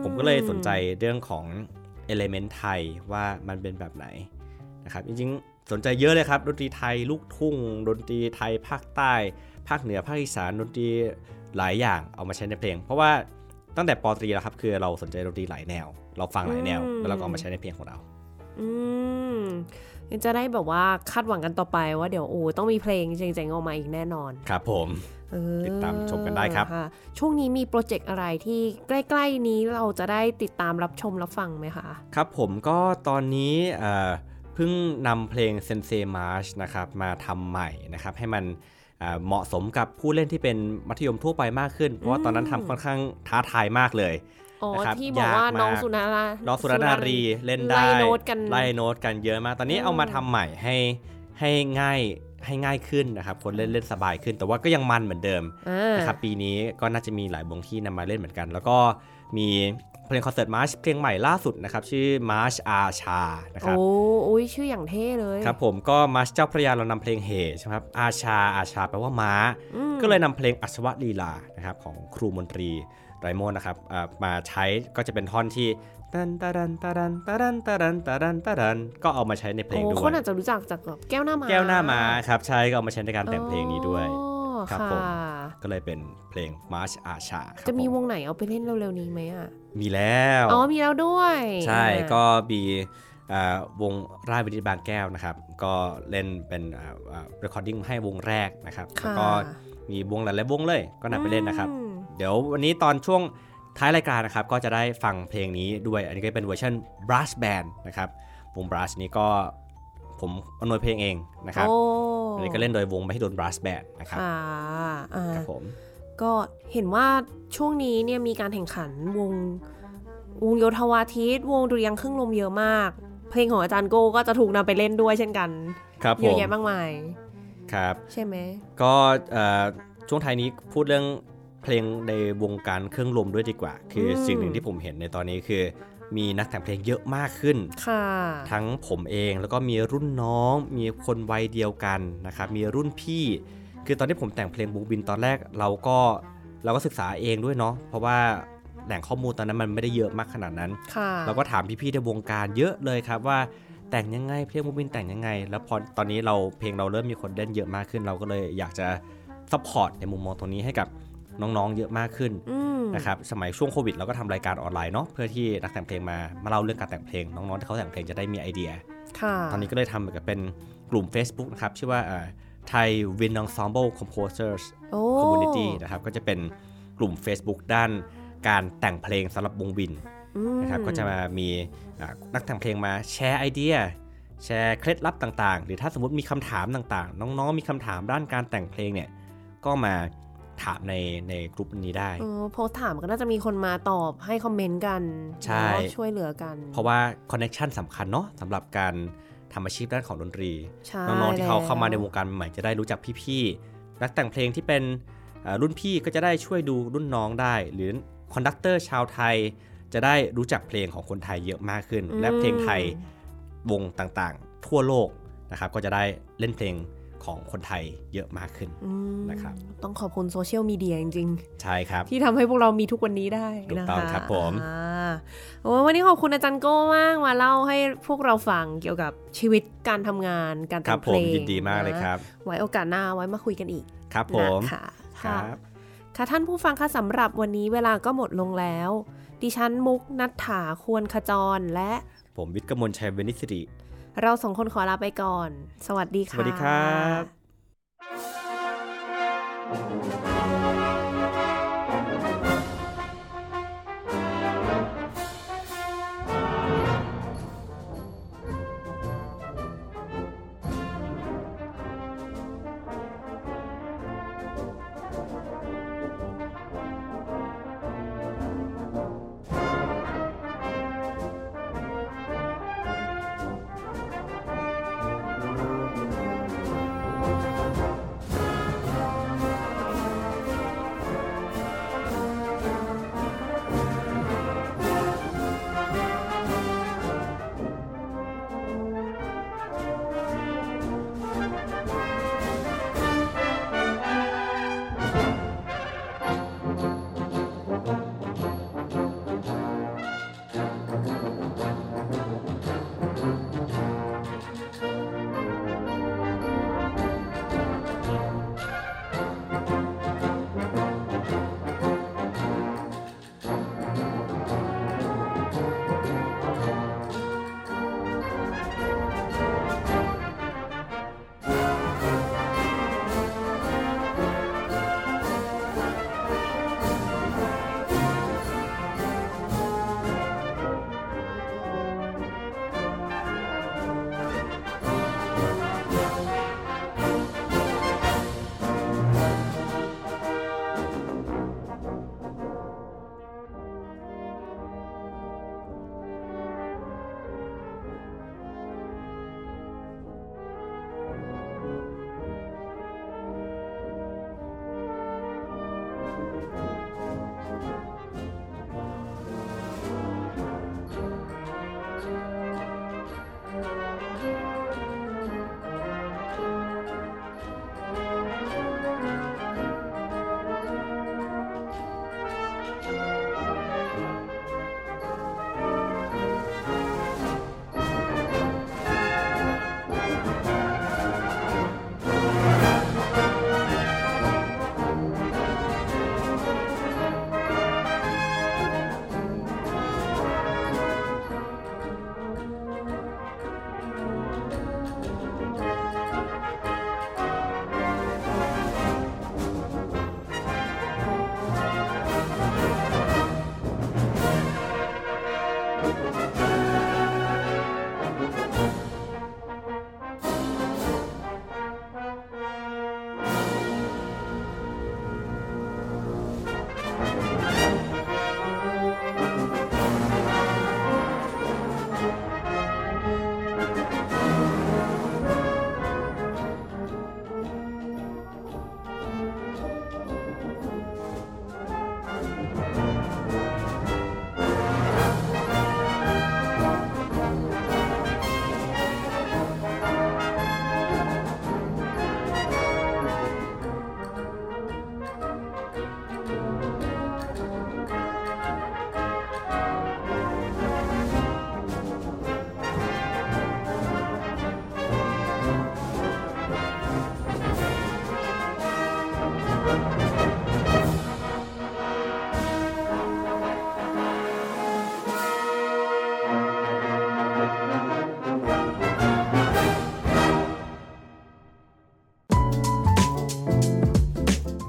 ผมก็เลยสนใจเรื่องของเอลิเมนต์ไทยว่ามันเป็นแบบไหนนะครับจริงๆสนใจเยอะเลยครับดนตรีไทยลูกทุ่งดนตรีไทยภาคใต้ภาคเหนือภาคอีสานดนตรีหลายอย่างเอามาใช้ในเพลงเพราะว่าตั้งแต่ป.ตรีแล้วครับคือเราสนใจดนตรีหลายแนวเราฟังหลายแนวแล้วเราก็เอามาใช้ในเพลงของเราอืมจะได้แบบว่าคาดหวังกันต่อไปว่าเดี๋ยวโอ้ต้องมีเพลงเจ๋งๆออกมาอีกแน่นอนครับผมติดตามชมกันได้ครับช่วงนี้มีโปรเจกต์อะไรที่ใกล้ๆนี้เราจะได้ติดตามรับชมรับฟังไหมคะครับผมก็ตอนนี้เพิ่งนำเพลง Sensei March นะครับมาทำใหม่นะครับให้มันเหมาะสมกับผู้เล่นที่เป็นมัธยมทั่วไปมากขึ้นเพราะว่าตอนนั้นทำค่อนข้างท้าทายมากเลยนะครับที่บอกว่าน้องสุนาราน้องสุนารีเล่นได้ไล่โน้ตกันไล่โน้ตกันเยอะมากตอนนี้เอามาทำใหม่ให้ให้ง่ายให้ง่ายขึ้นนะครับคนเล่นเล่นสบายขึ้นแต่ว่าก็ยังมันเหมือนเดิมนะครับปีนี้ก็น่าจะมีหลายวงที่นำมาเล่นเหมือนกันแล้วก็มีเพลงคอนเสิร์ตมาร์ชเพลงใหม่ล่าสุดนะครับชื่อมาร์ชอาชานะครับโอ้โอ้ยชื่ออย่างเท่เลยครับผมก็มาร์ชเจ้าพระยาเรานำเพลงเฮใช่ไหมครับอาชาอาชาแปลว่าม้าก็เลยนำเพลงอัศวลีลานะครับของครูมนตรีไรโมนนะครับมาใช้ก็จะเป็นท่อนที่ตันตะดันตะดันตะดันตะดันตะดันตะดันก็เอามาใช้ในเพลงด้วยคนอาจจะรู้จักจากแก้วหน้าม้าแก้วหน้าม้าครับใช่ก็เอามาใช้ในการแต่งเพลงนี้ด้วยครับผมก็เลยเป็นเพลงมาร์ชอาชาจะมีวงไหนเอาไปเล่นเร็วๆนี้ไหมอ่ะมีแล้วอ๋อมีแล้วด้วยใช่ก็มีวงราชวิทย์บางแก้วนะครับก็เล่นเป็นเรคคอร์ดิ้งให้วงแรกนะครับแล้วก็มีวงหลายๆวงเลยก็นำไปเล่นนะครับเดี๋ยววันนี้ตอนช่วงท้ายรายการนะครับก็จะได้ฟังเพลงนี้ด้วยอันนี้ก็เป็นเวอร์ชัน brass band นะครับวง brass นี้ก็ผมอำนวยเพลงเองนะครับอันนี้ก็เล่นโดยวงไม่ให้โดน brass band นะครับครับผมก็เห็นว่าช่วงนี้เนี่ยมีการแข่งขันวงวงโยธวาทิตวงดุริยางค์ครึ่งลมเยอะมากเพลงของอาจารย์โก้ก็จะถูกนำไปเล่นด้วยเช่นกันเยอะแยะมากมายครับใช่ไหมก็ช่วงท้ายนี้พูดเรื่องเพลงในวงการเครื่องลมด้วยดีกว่าคือสิ่งหนึ่งที่ผมเห็นในตอนนี้คือมีนักแต่งเพลงเยอะมากขึ้นทั้งผมเองแล้วก็มีรุ่นน้องมีคนวัยเดียวกันนะครับมีรุ่นพี่คือตอนที่ผมแต่งเพลงบุกบินตอนแรกเราก็เราก็ศึกษาเองด้วยเนาะเพราะว่าแหล่งข้อมูลตอนนั้นมันไม่ได้เยอะมากขนาดนั้นเราก็ถามพี่ๆในวงการเยอะเลยครับว่าแต่งยังไงเพลงบุกบินแต่งยังไงแล้วพอตอนนี้เราเพลงเราเริ่มมีคนเล่นเยอะมากขึ้นเราก็เลยอยากจะซัพพอร์ตในมุมมองตรงนี้ให้กับน้องๆเยอะมากขึ้นนะครับสมัยช่วงโควิดเราก็ทำรายการออนไลน์เนาะเพื่อที่นักแต่งเพลงมามาเล่าเรื่องการแต่งเพลงน้องๆที่เขาแต่งเพลงจะได้มีไอเดียตอนนี้ก็เลยทำเหมือนกับเป็นกลุ่ม Facebook นะครับชื่อว่า Thai Wind Ensemble Composers Community นะครับก็จะเป็นกลุ่ม Facebook ด้านการแต่งเพลงสำหรับวงวินนะครับก็จะมามีนักแต่งเพลงมาแชร์ไอเดียแชร์เคล็ดลับต่างๆหรือถ้าสมมติมีคำถามต่างๆน้องๆมีคำถามด้านการแต่งเพลงเนี่ยก็มาถามในในกลุ่มนี้ได้โพสถามก็น่าจะมีคนมาตอบให้คอมเมนต์กันใช่ช่วยเหลือกันเพราะว่าคอนเนคชั่นสำคัญเนาะสำหรับการทำอาชีพด้านของดนตรีน้องๆที่เขาเข้ามาในวงการใหม่จะได้รู้จักพี่ๆนักแต่งเพลงที่เป็นรุ่นพี่ก็จะได้ช่วยดูรุ่นน้องได้หรือคอนดักเตอร์ชาวไทยจะได้รู้จักเพลงของคนไทยเยอะมากขึ้นและเพลงไทยวงต่างๆทั่วโลกนะครับก็จะได้เล่นเพลงของคนไทยเยอะมากขึ้นนะครับต้องขอบคุณโซเชียลมีเดียจริงๆใช่ครับที่ทำให้พวกเรามีทุกวันนี้ได้ถูกต้องครับผมโอ้วันนี้ขอบคุณอาจารย์โก้มากมาเล่าให้พวกเราฟังเกี่ยวกับชีวิตการทำงานการแต่งเพลงยินดีมากเลยครับไว้โอกาสหน้าไว้มาคุยกันอีกครับผมค่ะครับค่ะท่านผู้ฟังคะสำหรับวันนี้เวลาก็หมดลงแล้วดิฉันมุกณัฐฐาควรขจรและผมวิทย์กมลชัยเวนิสิริเราสองคนขอลาไปก่อนสวัสดีค่ะสวัสดีครับ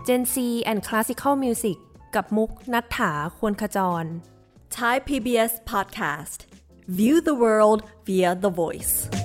Gen Z and Classical Music กับมุกณัฐฐา ควรขจร Thai พี บี เอส Podcast View the world via the voice